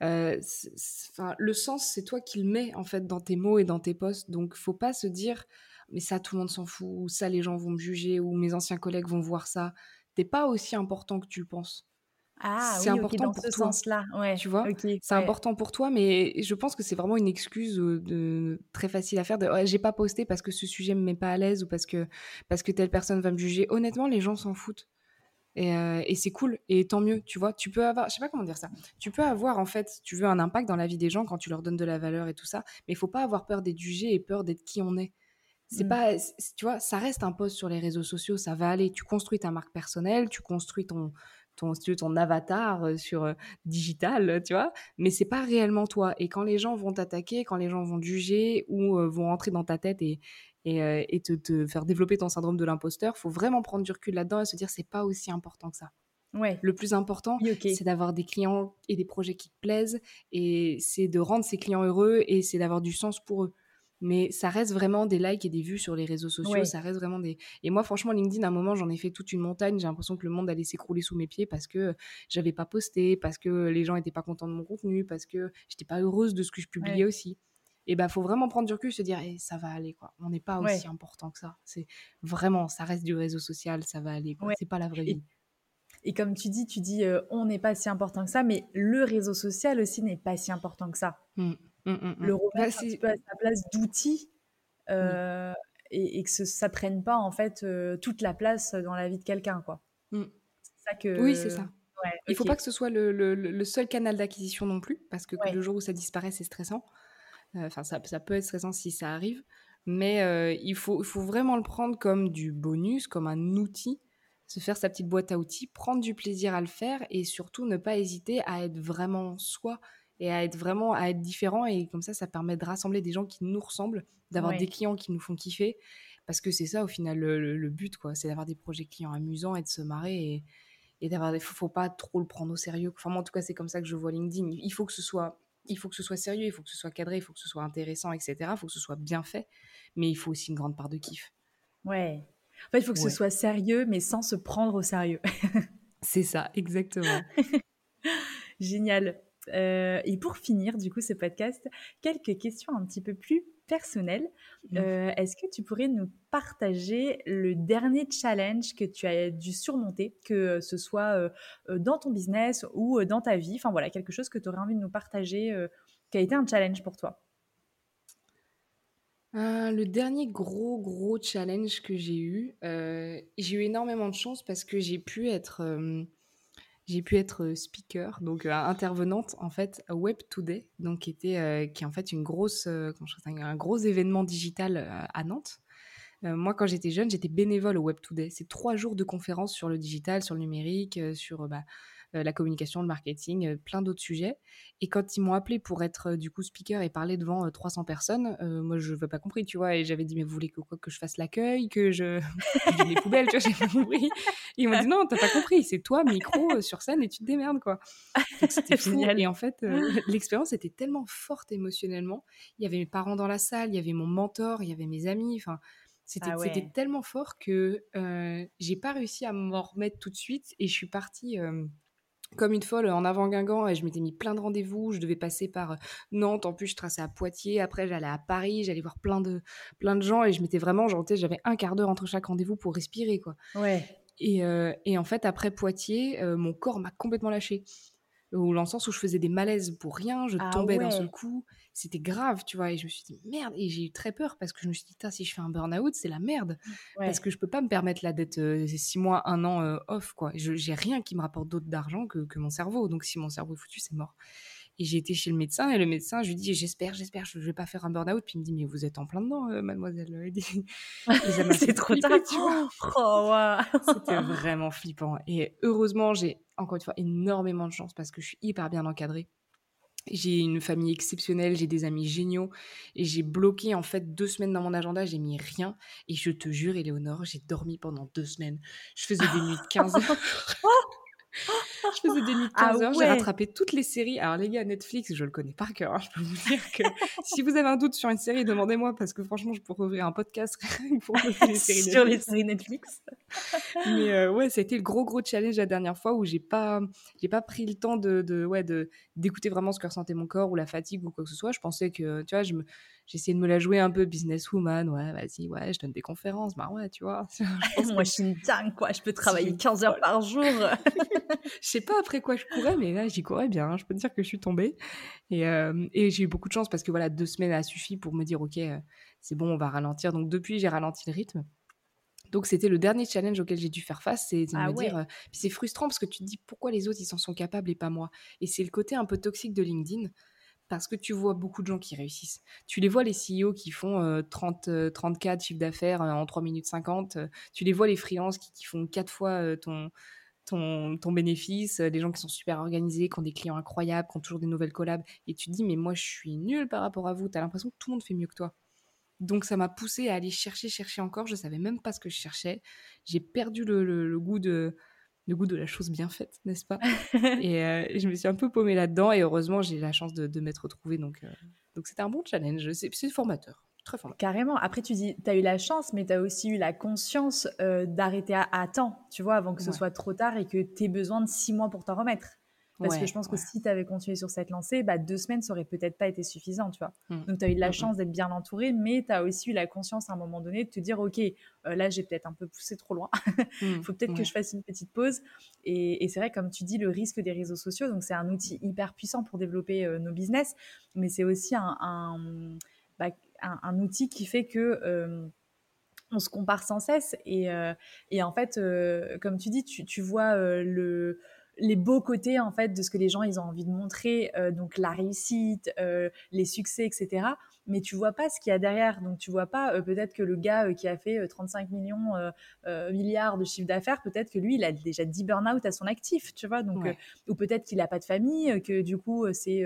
S2: 'fin, le sens, c'est toi qui le mets en fait dans tes mots et dans tes posts. Donc, faut pas se dire, mais ça, tout le monde s'en fout, ou ça, les gens vont me juger, ou mes anciens collègues vont voir ça. T'es pas aussi important que tu le penses.
S1: Ah
S2: C'est
S1: oui, OK,
S2: important
S1: dans
S2: pour
S1: ce
S2: toi.
S1: sens-là. Ouais,
S2: Tu vois?
S1: OK,
S2: C'est
S1: ouais.
S2: important pour toi, mais je pense que c'est vraiment une excuse, très facile à faire de: «Ouais, j'ai pas posté parce que ce sujet me met pas à l'aise ou parce que telle personne va me juger». Honnêtement, les gens s'en foutent et c'est cool et tant mieux, tu vois? Tu peux avoir je sais pas comment dire ça. Tu peux avoir, en fait, si tu veux, un impact dans la vie des gens quand tu leur donnes de la valeur et tout ça, mais il faut pas avoir peur d'être jugé et peur d'être qui on est. C'est
S1: Mmh.
S2: pas tu vois, ça reste un post sur les réseaux sociaux, ça va aller. Tu construis ta marque personnelle, tu construis ton si tu veux, ton avatar, digital, tu vois? Mais c'est pas réellement toi et quand les gens vont t'attaquer, quand les gens vont te juger ou, vont rentrer dans ta tête et te faire développer ton syndrome de l'imposteur, faut vraiment prendre du recul là-dedans et se dire: «C'est pas aussi important que ça».
S1: Ouais.
S2: Le plus important,
S1: Oui, OK.
S2: c'est d'avoir des clients et des projets qui te plaisent et c'est de rendre ces clients heureux et c'est d'avoir du sens pour eux. Mais ça reste vraiment des likes et des vues sur les réseaux sociaux,
S1: Ouais.
S2: ça reste vraiment des et moi franchement LinkedIn à un moment, j'en ai fait toute une montagne, j'ai l'impression que le monde allait s'écrouler sous mes pieds parce que j'avais pas posté, parce que les gens étaient pas contents de mon contenu, parce que j'étais pas heureuse de ce que je publiais
S1: Ouais.
S2: aussi. Et ben faut vraiment prendre du recul, se dire: «Eh, ça va aller quoi, on n'est pas aussi
S1: Ouais.
S2: important que ça». C'est vraiment, ça reste du réseau social, ça va aller quoi,
S1: Ouais.
S2: c'est pas la vraie
S1: Et
S2: vie.
S1: et comme tu dis, «On n'est pas si important que ça», mais le réseau social aussi n'est pas si important que ça.
S2: Mmh. Mmh, mmh, mmh.
S1: Le
S2: Bah,
S1: remettre un petit
S2: c'est
S1: peu à sa place d'outil.
S2: oui.
S1: Heu et que ça prenne pas en fait, toute la place dans la vie de quelqu'un, quoi.
S2: Mmh.
S1: C'est ça
S2: Oui, c'est
S1: que
S2: ça.
S1: ouais,
S2: Il faut
S1: OK.
S2: pas que ce soit le seul canal d'acquisition non plus, parce que
S1: Ouais,
S2: le jour où ça disparaît, c'est stressant. Enfin, ça peut être stressant si ça arrive, mais il faut vraiment le prendre comme du bonus, comme un outil, se faire sa petite boîte à outils, prendre du plaisir à le faire et surtout ne pas hésiter à être vraiment soi et à être différent et comme ça permet de rassembler des gens qui nous ressemblent, d'avoir des
S1: ouais.
S2: clients qui nous font kiffer parce que c'est ça, au final, le but, quoi. C'est d'avoir des projets clients amusants et de se marrer et d'avoir des faut pas trop le prendre au sérieux. Enfin, moi, en tout cas, c'est comme ça que je vois LinkedIn. Il faut que ce soit sérieux, il faut que ce soit cadré, il faut que ce soit intéressant, et cetera. Il faut que ce soit bien fait, mais il faut aussi une grande part de kiff.
S1: Ouais. En fait, il faut que ce
S2: Ouais,
S1: soit sérieux, mais sans se prendre au sérieux.
S2: c'est ça, exactement.
S1: Génial. Et pour finir, du coup, ce podcast, quelques questions un petit peu plus personnelles.
S2: Mmh.
S1: Est-ce que tu pourrais nous partager le dernier challenge que tu as dû surmonter, que ce soit dans ton business ou dans ta vie? Enfin voilà, quelque chose que tu aurais envie de nous partager, qui a été un challenge pour toi.
S2: Le dernier gros, gros challenge que j'ai eu énormément de chance parce que j'ai pu être speaker, donc intervenante en fait à Web Today, donc qui est en fait une grosse, comment je dirais ça? Un gros événement digital, à Nantes. Moi, quand j'étais jeune, j'étais bénévole au Web Today. C'est 3 jours de conférences sur le digital, sur le numérique, sur, la communication, le marketing, plein d'autres sujets. Et quand ils m'ont appelé pour être, du coup speaker et parler devant, 300 personnes, moi je n'avais pas compris, tu vois? Et j'avais dit: «Mais vous voulez que quoi? Que je fasse l'accueil? Que je que je vide les poubelles?» Tu vois? J'ai pas compris. Et ils m'ont dit: «Non, t'as pas compris, c'est toi, micro, sur scène et tu te démerdes, quoi». Donc c'était fou et
S1: Génial.
S2: en fait, l'expérience était tellement forte émotionnellement. Il y avait mes parents dans la salle, il y avait mon mentor, il y avait mes amis, enfin, c'était
S1: Ah
S2: c'était
S1: ouais.
S2: tellement fort que, j'ai pas réussi à m'en remettre tout de suite et je suis partie, comme une folle, en avant Guingamp et je m'étais mis plein de rendez-vous. Je devais passer par, Nantes, en plus je traçais à Poitiers, après j'allais à Paris, j'allais voir plein de gens et je m'étais vraiment genre, tu sais, j'avais un quart d'heure entre chaque rendez-vous pour respirer, quoi.
S1: Ouais.
S2: Et en fait, après Poitiers, mon corps m'a complètement lâchée. Ou dans le sens où je faisais des malaises pour rien, je
S1: Ah
S2: tombais d'un seul
S1: ouais.
S2: coup, c'était grave, tu vois? Et je me suis dit: «Merde» et j'ai eu très peur parce que je me suis dit: «Putain, si je fais un burn-out, c'est la merde». Parce que
S1: Ouais.
S2: je peux pas me permettre là d'être, 6 mois, 1 an, off, quoi. J'ai rien qui me rapporte d'autre d'argent que mon cerveau, donc si mon cerveau est foutu, c'est mort. Et j'ai été chez le médecin et le médecin, je lui dis: «J'espère, je vais pas faire un burn-out». Puis il me dit: «Mais vous êtes en plein dedans, mademoiselle», il dit et ça m'a
S1: C'est
S2: fait
S1: trop
S2: flipper,
S1: tard.
S2: tu vois?
S1: Oh,
S2: C'était
S1: waouh.
S2: vraiment flippant et heureusement, j'ai encore une fois énormément de chance parce que je suis hyper bien encadrée. J'ai une famille exceptionnelle, j'ai des amis géniaux et j'ai bloqué en fait 2 semaines dans mon agenda, j'ai mis rien et je te jure, Éléonore, j'ai dormi pendant 2 semaines. Je faisais des nuits de 15 heures. Je faisais des nuits de
S1: Ah
S2: 15 heures, j'ai
S1: ouais.
S2: rattrapé toutes les séries. Alors les gars, Netflix, je le connais par cœur, hein. Je peux vous dire que si vous avez un doute sur une série, demandez-moi parce que franchement, je pourrais ouvrir un podcast rien que pour noter les séries
S1: Sur les
S2: Netflix.
S1: séries Netflix.
S2: Mais ouais, ça a été le gros, gros challenge la dernière fois où j'ai pas pris le temps d'écouter vraiment ce que ressentait mon corps ou la fatigue ou quoi que ce soit. Je pensais que, tu vois, j'essayais de me la jouer un peu businesswoman. Ouais, vas-y, ouais, je donne des conférences. Bah ouais, tu vois? Je pense que
S1: Moi, je suis une dingue, quoi. Je peux
S2: si je suis
S1: travailler
S2: une
S1: 15 heures
S2: folle.
S1: par jour.
S2: Je sais pas après quoi je courais, mais là, j'y courais bien, hein. Je peux te dire que je suis tombée et j'ai eu beaucoup de chance parce que voilà, 2 semaines a suffi pour me dire: «OK, c'est bon, on va ralentir». Donc depuis, j'ai ralenti le rythme. Donc c'était le dernier challenge auquel j'ai dû faire face, c'est de
S1: Ah
S2: me dire,
S1: ouais.
S2: puis c'est frustrant parce que tu te dis: «Pourquoi les autres, ils s'en sont capables et pas moi?» Et c'est le côté un peu toxique de LinkedIn parce que tu vois beaucoup de gens qui réussissent. Tu les vois les CEO qui font, 30K de chiffre d'affaires, en 3 minutes 50, tu les vois les freelances qui font 4 fois, ton bénéfice, des gens qui sont super organisés, qui ont des clients incroyables, qui ont toujours des nouvelles collabs et tu te dis: «Mais moi, je suis nulle par rapport à vous». Tu as l'impression que tout le monde fait mieux que toi. Donc ça m'a poussée à aller chercher, chercher encore. Je savais même pas ce que je cherchais. J'ai perdu le goût de la chose bien faite, n'est-ce pas? Et je me suis un peu paumée là-dedans et heureusement, j'ai eu la chance de m'être retrouvée donc c'était un bon challenge. C'est formateur, très formateur.
S1: Carrément. Après, tu dis, tu as eu la chance, mais tu as aussi eu la conscience d'arrêter à temps, tu vois, avant que ce
S2: Ouais,
S1: soit trop tard et que tu aies besoin de 6 mois pour t'en remettre. Parce que je
S2: ouais,
S1: pense que
S2: ouais.
S1: si tu avais continué sur cette lancée, bah, 2 semaines, ça aurait peut-être pas été suffisant, tu vois.
S2: Mmh.
S1: Donc, tu as eu de la
S2: Mmh mh.
S1: chance d'être bien entouré, mais tu as aussi eu la conscience à un moment donné de te dire, OK, là, j'ai peut-être un peu poussé trop loin.
S2: Mmh.
S1: Faut peut-être que je
S2: Ouais.
S1: fasse une petite pause. Et c'est vrai, comme tu dis, le risque des réseaux sociaux, donc c'est un outil hyper puissant pour développer nos business, mais c'est aussi bah, un outil qui fait que on se compare sans cesse et en fait, comme tu dis, tu vois les beaux côtés en fait de ce que les gens ils ont envie de montrer, donc la réussite, les succès, etc. Mais tu vois pas ce qu'il y a derrière. Donc tu vois pas peut-être que le gars qui a fait 35 millions, milliards de chiffre d'affaires, peut-être que lui il a déjà 10 burn-out à son actif, tu vois. Donc
S2: Ouais.
S1: ou peut-être qu'il a pas de famille, que du coup c'est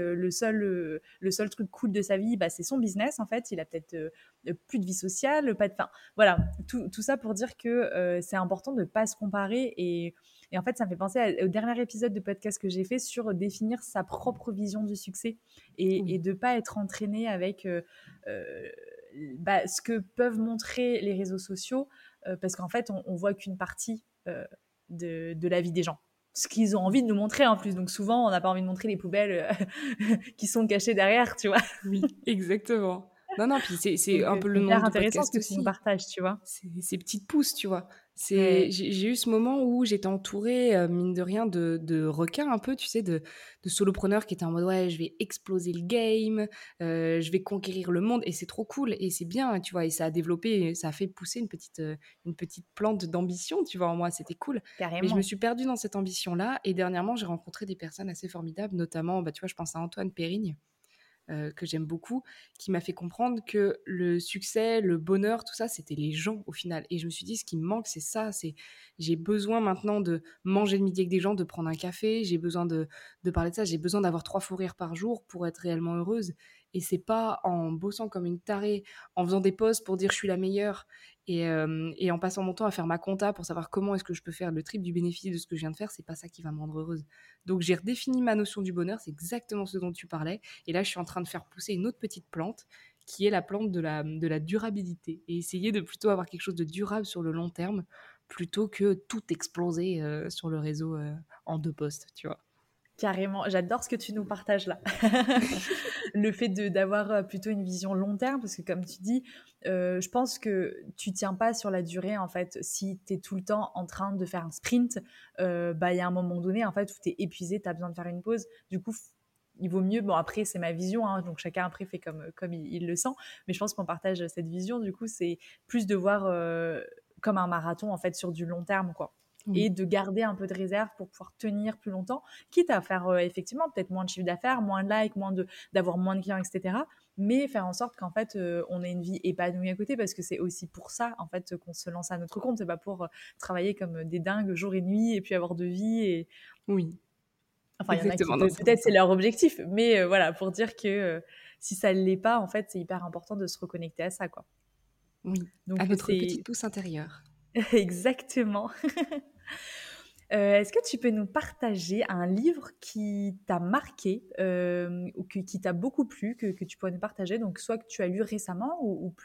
S1: le seul truc cool de sa vie, bah, c'est son business en fait. Il a peut-être plus de vie sociale, pas de, enfin voilà, tout ça pour dire que c'est important de pas se comparer et en fait, ça me fait penser au dernier épisode de podcast que j'ai fait sur définir sa propre vision du succès et
S2: Oui.
S1: de ne pas être entraîné avec euh, bah, ce que peuvent montrer les réseaux sociaux, parce qu'en fait, on voit qu'une partie de la vie des gens. Ce qu'ils ont envie de nous montrer en plus. Donc souvent, on n'a pas envie de montrer les poubelles qui sont cachées derrière, tu vois.
S2: Oui, exactement. Non, non, puis c'est
S1: Donc
S2: un peu
S1: c'est
S2: le nom
S1: hyper
S2: du
S1: intéressant ce
S2: podcast
S1: que tu nous
S2: aussi.
S1: partages, tu vois.
S2: C'est ces petites pousses, tu vois?
S1: Ouais,
S2: J'ai eu ce moment où j'étais entourée, mine de rien, de requins un peu, tu sais, de solopreneurs qui étaient en mode: «Ouais, je vais exploser le game, je vais conquérir le monde» et c'est trop cool et c'est bien, tu vois? Et ça a développé, ça a fait pousser une petite plante d'ambition, tu vois, en moi, c'était cool. Mais je me
S1: carrément.
S2: suis perdue dans cette ambition-là et dernièrement, j'ai rencontré des personnes assez formidables, notamment, bah, tu vois, je pense à Antoine Périgne, que j'aime beaucoup, qui m'a fait comprendre que le succès, le bonheur, tout ça, c'était les gens au final. Et je me suis dit, ce qui me manque, c'est ça. C'est j'ai besoin maintenant de manger le midi avec des gens, de prendre un café. J'ai besoin de parler de ça. J'ai besoin d'avoir 3 fous rires par jour pour être réellement heureuse. Et c'est pas en bossant comme une tarée, en faisant des posts pour dire je suis la meilleure et en passant mon temps à faire ma compta pour savoir comment est-ce que je peux faire le triple du bénéfice de ce que je viens de faire. C'est pas ça qui va me rendre heureuse. Donc j'ai redéfini ma notion du bonheur. C'est exactement ce dont tu parlais. Et là, je suis en train de faire pousser une autre petite plante qui est la plante de la durabilité. Et essayer de plutôt avoir quelque chose de durable sur le long terme plutôt que tout exploser sur le réseau en 2 postes, tu vois.
S1: Carrément, j'adore ce que tu nous partages là. Le fait d'avoir plutôt une vision long terme, parce que comme tu dis, je pense que tu tiens pas sur la durée en fait. Si tu es tout le temps en train de faire un sprint, bah il y a un moment donné en fait où tu es épuisé, tu as besoin de faire une pause. Du coup, il vaut mieux, bon après c'est ma vision, hein, donc chacun après fait comme il le sent, mais je pense qu'on partage cette vision, du coup c'est plus de voir comme un marathon en fait sur du long terme quoi. Et
S2: Oui,
S1: de garder un peu de réserve pour pouvoir tenir plus longtemps, quitte à faire effectivement peut-être moins de chiffre d'affaires, moins de likes, d'avoir moins de clients, etc. Mais faire en sorte qu'en fait on ait une vie épanouie à côté, parce que c'est aussi pour ça en fait qu'on se lance à notre compte. C'est pas pour travailler comme des dingues jour et nuit et puis avoir de vie. Et
S2: oui,
S1: enfin il y en a qui
S2: exactement. Non, c'est
S1: peut-être c'est
S2: ça.
S1: leur objectif, mais voilà, pour dire que si ça ne l'est pas, en fait c'est hyper important de se reconnecter à ça quoi.
S2: Oui, à
S1: Donc
S2: notre
S1: c'est
S2: petite pousse intérieure.
S1: exactement. Est-ce que tu peux nous partager un livre qui t'a marqué, ou qui t'a beaucoup plu, que tu pourrais nous partager? Donc soit que tu as lu récemment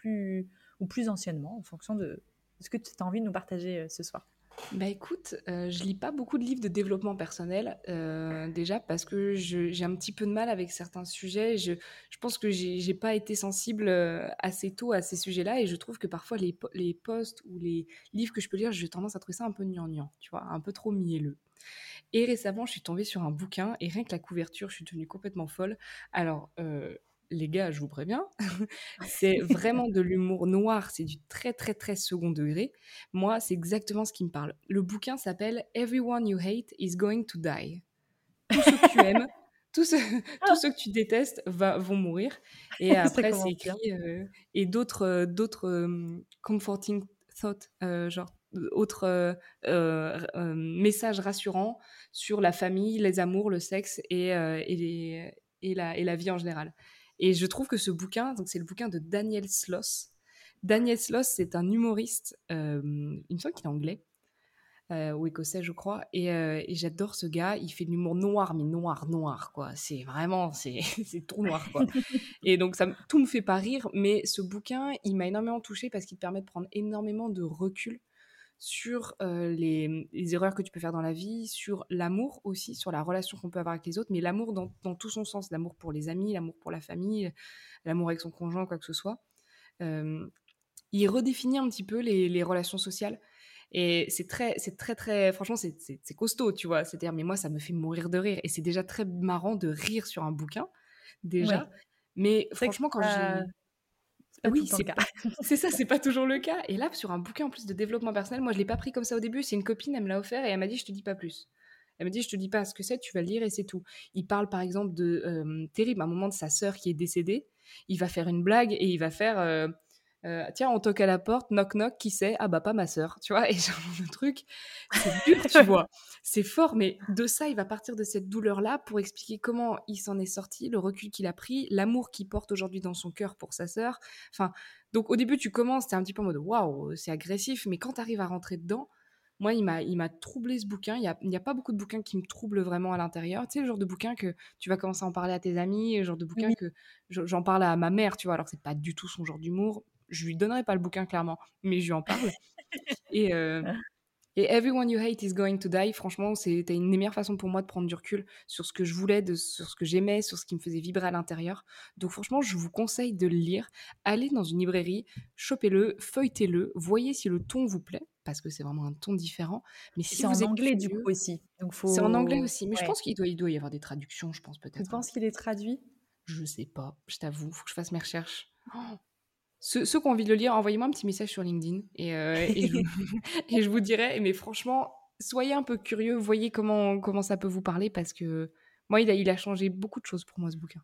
S1: ou plus anciennement, en fonction de ce que tu as envie de nous partager, ce soir.
S2: Bah écoute, je lis pas beaucoup de livres de développement personnel, déjà parce que j'ai un petit peu de mal avec certains sujets. Je pense que j'ai pas été sensible, assez tôt à ces sujets-là et je trouve que parfois les posts ou les livres que je peux lire, j'ai tendance à trouver ça un peu gnangnan, tu vois? Un peu trop mielleux. Et récemment, je suis tombée sur un bouquin et rien que la couverture, je suis devenue complètement folle. Alors, les gars, je vous préviens, c'est vraiment de l'humour noir, c'est du très, très, très second degré. Moi, c'est exactement ce qui me parle. Le bouquin s'appelle Everyone You Hate is Going to Die. Tous ceux que tu aimes, tous ceux, tous ceux que tu détestes vont mourir. Et
S1: Ça
S2: après, c'est
S1: commence bien.
S2: écrit et d'autres comforting thoughts, genre autres messages rassurants sur la famille, les amours, le sexe et la vie en général. Et je trouve que ce bouquin, donc c'est le bouquin de Daniel Sloss. Daniel Sloss, c'est un humoriste, il me semble qu'il est anglais, ou écossais, je crois. Et j'adore ce gars. Il fait de l'humour noir, mais noir, noir, quoi. C'est vraiment, c'est, c'est tout noir, quoi. Et donc, tout me fait pas rire, mais ce bouquin, il m'a énormément touchée parce qu'il te permet de prendre énormément de recul sur les erreurs que tu peux faire dans la vie, sur l'amour aussi, sur la relation qu'on peut avoir avec les autres, mais l'amour dans tout son sens, l'amour pour les amis, l'amour pour la famille, l'amour avec son conjoint, quoi que ce soit. Euh, il redéfinit un petit peu les relations sociales. Et c'est très, très, franchement, c'est costaud, tu vois. C'est-à-dire, mais moi, ça me fait mourir de rire. Et c'est déjà très marrant de rire sur un bouquin,
S1: Oui,
S2: déjà. Mais
S1: c'est vrai que
S2: franchement, quand j'ai.
S1: c'est pas tout
S2: Oui,
S1: le temps le cas.
S2: c'est ça, c'est pas toujours le cas. Et là, sur un bouquin en plus de développement personnel, moi, je l'ai pas pris comme ça au début. C'est une copine, elle me l'a offert et elle m'a dit, je te dis pas plus. Elle me dit: «Je te dis pas ce que c'est, tu vas le lire et c'est tout». Il parle par exemple de, terrible, un moment de sa sœur qui est décédée. Il va faire une blague et il va faire, «Tiens, on toque à la porte, knock knock, qui c'est? Ah bah, pas ma sœur», tu vois? Et genre le truc, c'est dur, tu vois? C'est fort, mais de ça, il va partir de cette douleur-là pour expliquer comment il s'en est sorti, le recul qu'il a pris, l'amour qu'il porte aujourd'hui dans son cœur pour sa sœur. Enfin, donc au début, tu commences, tu es un petit peu en mode: «Waouh, c'est agressif», mais quand tu arrives à rentrer dedans, moi, il m'a troublé ce bouquin. Il y a pas beaucoup de bouquins qui me troublent vraiment à l'intérieur. Tu sais, le genre de bouquin que tu vas commencer à en parler à tes amis, le genre de bouquin
S1: Oui.
S2: que j'en parle à ma mère, tu vois? Alors que c'est pas du tout son genre d'humour. Je lui donnerai pas le bouquin clairement, mais je lui en parle et et Everyone You Hate Is Going to Die, franchement, c'était une des meilleures façons pour moi de prendre du recul sur ce que je voulais, sur ce que j'aimais, sur ce qui me faisait vibrer à l'intérieur. Donc franchement, je vous conseille de le lire. Allez dans une librairie, chopez-le, feuilletez-le, voyez si le ton vous plaît, parce que c'est vraiment un ton différent. Mais
S1: Et
S2: si
S1: c'est en
S2: vous êtes
S1: anglais du coup
S2: curieux,
S1: aussi, donc
S2: c'est en anglais
S1: faut
S2: aussi, mais je
S1: ouais.
S2: pense qu'il doit y avoir des traductions, je pense
S1: Tu
S2: peut-être, hein.
S1: penses qu'il est traduit?
S2: Je sais pas, je t'avoue, faut que je fasse mes recherches. Ceux qui ont envie de le lire, envoyez-moi un petit message sur LinkedIn et je et je vous dirai. Mais franchement, soyez un peu curieux, voyez comment ça peut vous parler parce que moi, il a changé beaucoup de choses pour moi, ce bouquin.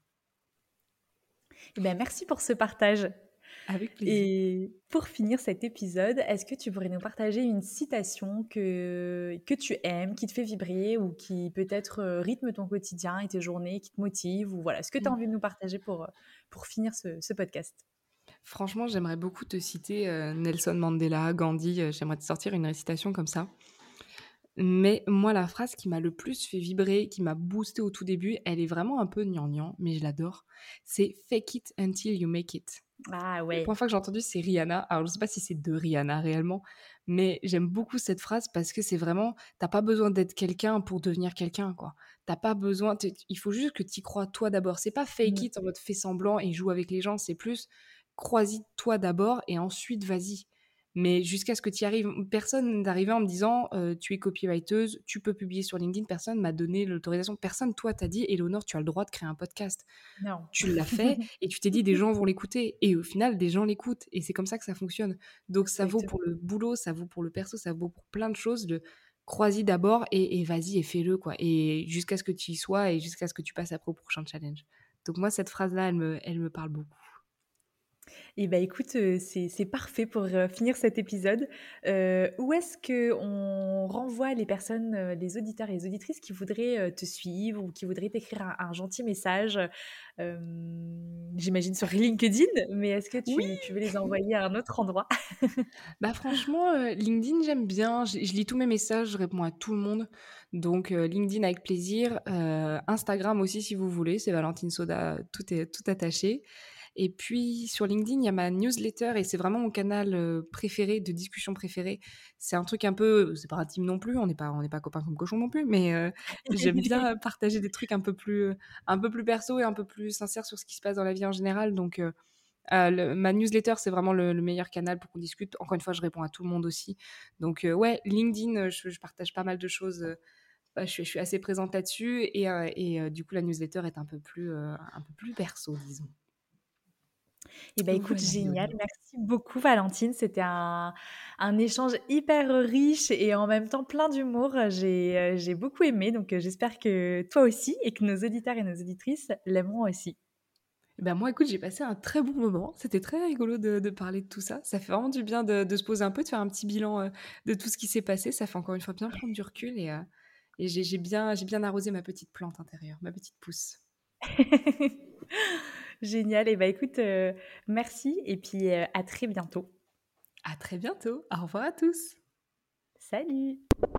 S1: Eh ben, merci pour ce partage.
S2: Avec plaisir.
S1: Et pour finir cet épisode, est-ce que tu pourrais nous partager une citation que tu aimes, qui te fait vibrer ou qui peut-être rythme ton quotidien et tes journées, qui te motive ou voilà, est-ce que tu as
S2: Mmh.
S1: envie de nous partager pour finir ce podcast?
S2: Franchement, j'aimerais beaucoup te citer, Nelson Mandela, Gandhi, j'aimerais te sortir une récitation comme ça. Mais moi, la phrase qui m'a le plus fait vibrer, qui m'a boosté au tout début, elle est vraiment un peu gnangnan, mais je l'adore. C'est «Fake it until you make it».
S1: Ah
S2: La
S1: ouais.
S2: première fois que j'ai entendu, c'est Rihanna. Alors, je sais pas si c'est de Rihanna réellement, mais j'aime beaucoup cette phrase parce que c'est vraiment, t'as pas besoin d'être quelqu'un pour devenir quelqu'un, quoi. T'as pas besoin, il faut juste que tu crois toi d'abord. C'est pas fake
S1: Mm.
S2: it en mode fais semblant et joue avec les gens, c'est plus crois-y toi d'abord et ensuite vas-y. Mais jusqu'à ce que tu y arrives, personne n'est arrivé en me disant tu es copywriteuse, tu peux publier sur LinkedIn, personne m'a donné l'autorisation, personne, toi, t'a dit Eleonore, tu as le droit de créer un podcast.
S1: Non.
S2: Tu l'as fait et tu t'es dit des gens vont l'écouter et au final des gens l'écoutent et c'est comme ça que ça fonctionne. Donc ça vaut
S1: Exactement.
S2: pour le boulot, ça vaut pour le perso, ça vaut pour plein de choses. Crois-y d'abord et vas-y et fais-le quoi. Et jusqu'à ce que tu y sois et jusqu'à ce que tu passes après au prochain challenge. Donc moi cette phrase là elle me parle beaucoup.
S1: Eh ben écoute, c'est parfait pour, finir cet épisode. Où est-ce qu'on renvoie les personnes, les auditeurs et les auditrices qui voudraient, te suivre ou qui voudraient t'écrire un gentil message? J'imagine sur LinkedIn, mais est-ce que
S2: Oui.
S1: tu veux les envoyer à un autre endroit?
S2: Bah franchement, LinkedIn j'aime bien, je lis tous mes messages, je réponds à tout le monde. Donc LinkedIn avec plaisir, Instagram aussi si vous voulez, c'est Valentine Soda, tout est tout attaché. Et puis sur LinkedIn, il y a ma newsletter et c'est vraiment mon canal, préféré, de discussion préféré. C'est un truc un peu c'est pas intime non plus, on n'est pas copains comme cochons non plus, mais j'aime bien partager des trucs un peu plus perso et un peu plus sincères sur ce qui se passe dans la vie en général. Donc ma newsletter, c'est vraiment le meilleur canal pour qu'on discute. Encore une fois, je réponds à tout le monde aussi. Donc ouais, LinkedIn, je partage pas mal de choses, je suis assez présente là-dessus et du coup, la newsletter est un peu plus perso, disons.
S1: Eh ben écoute,
S2: Voilà,
S1: génial.
S2: voilà.
S1: Merci beaucoup Valentine. C'était un échange hyper riche et en même temps plein d'humour. J'ai beaucoup aimé, donc j'espère que toi aussi et que nos auditeurs et nos auditrices l'aimeront aussi.
S2: Eh ben moi, écoute, j'ai passé un très bon moment. C'était très rigolo de parler de tout ça. Ça fait vraiment du bien de se poser un peu, de faire un petit bilan, de tout ce qui s'est passé. Ça fait encore une fois bien prendre du recul et j'ai bien arrosé ma petite plante intérieure, ma petite pousse.
S1: Génial. Et ben écoute, merci et puis, à très bientôt.
S2: À très bientôt. Au revoir à tous.
S1: Salut!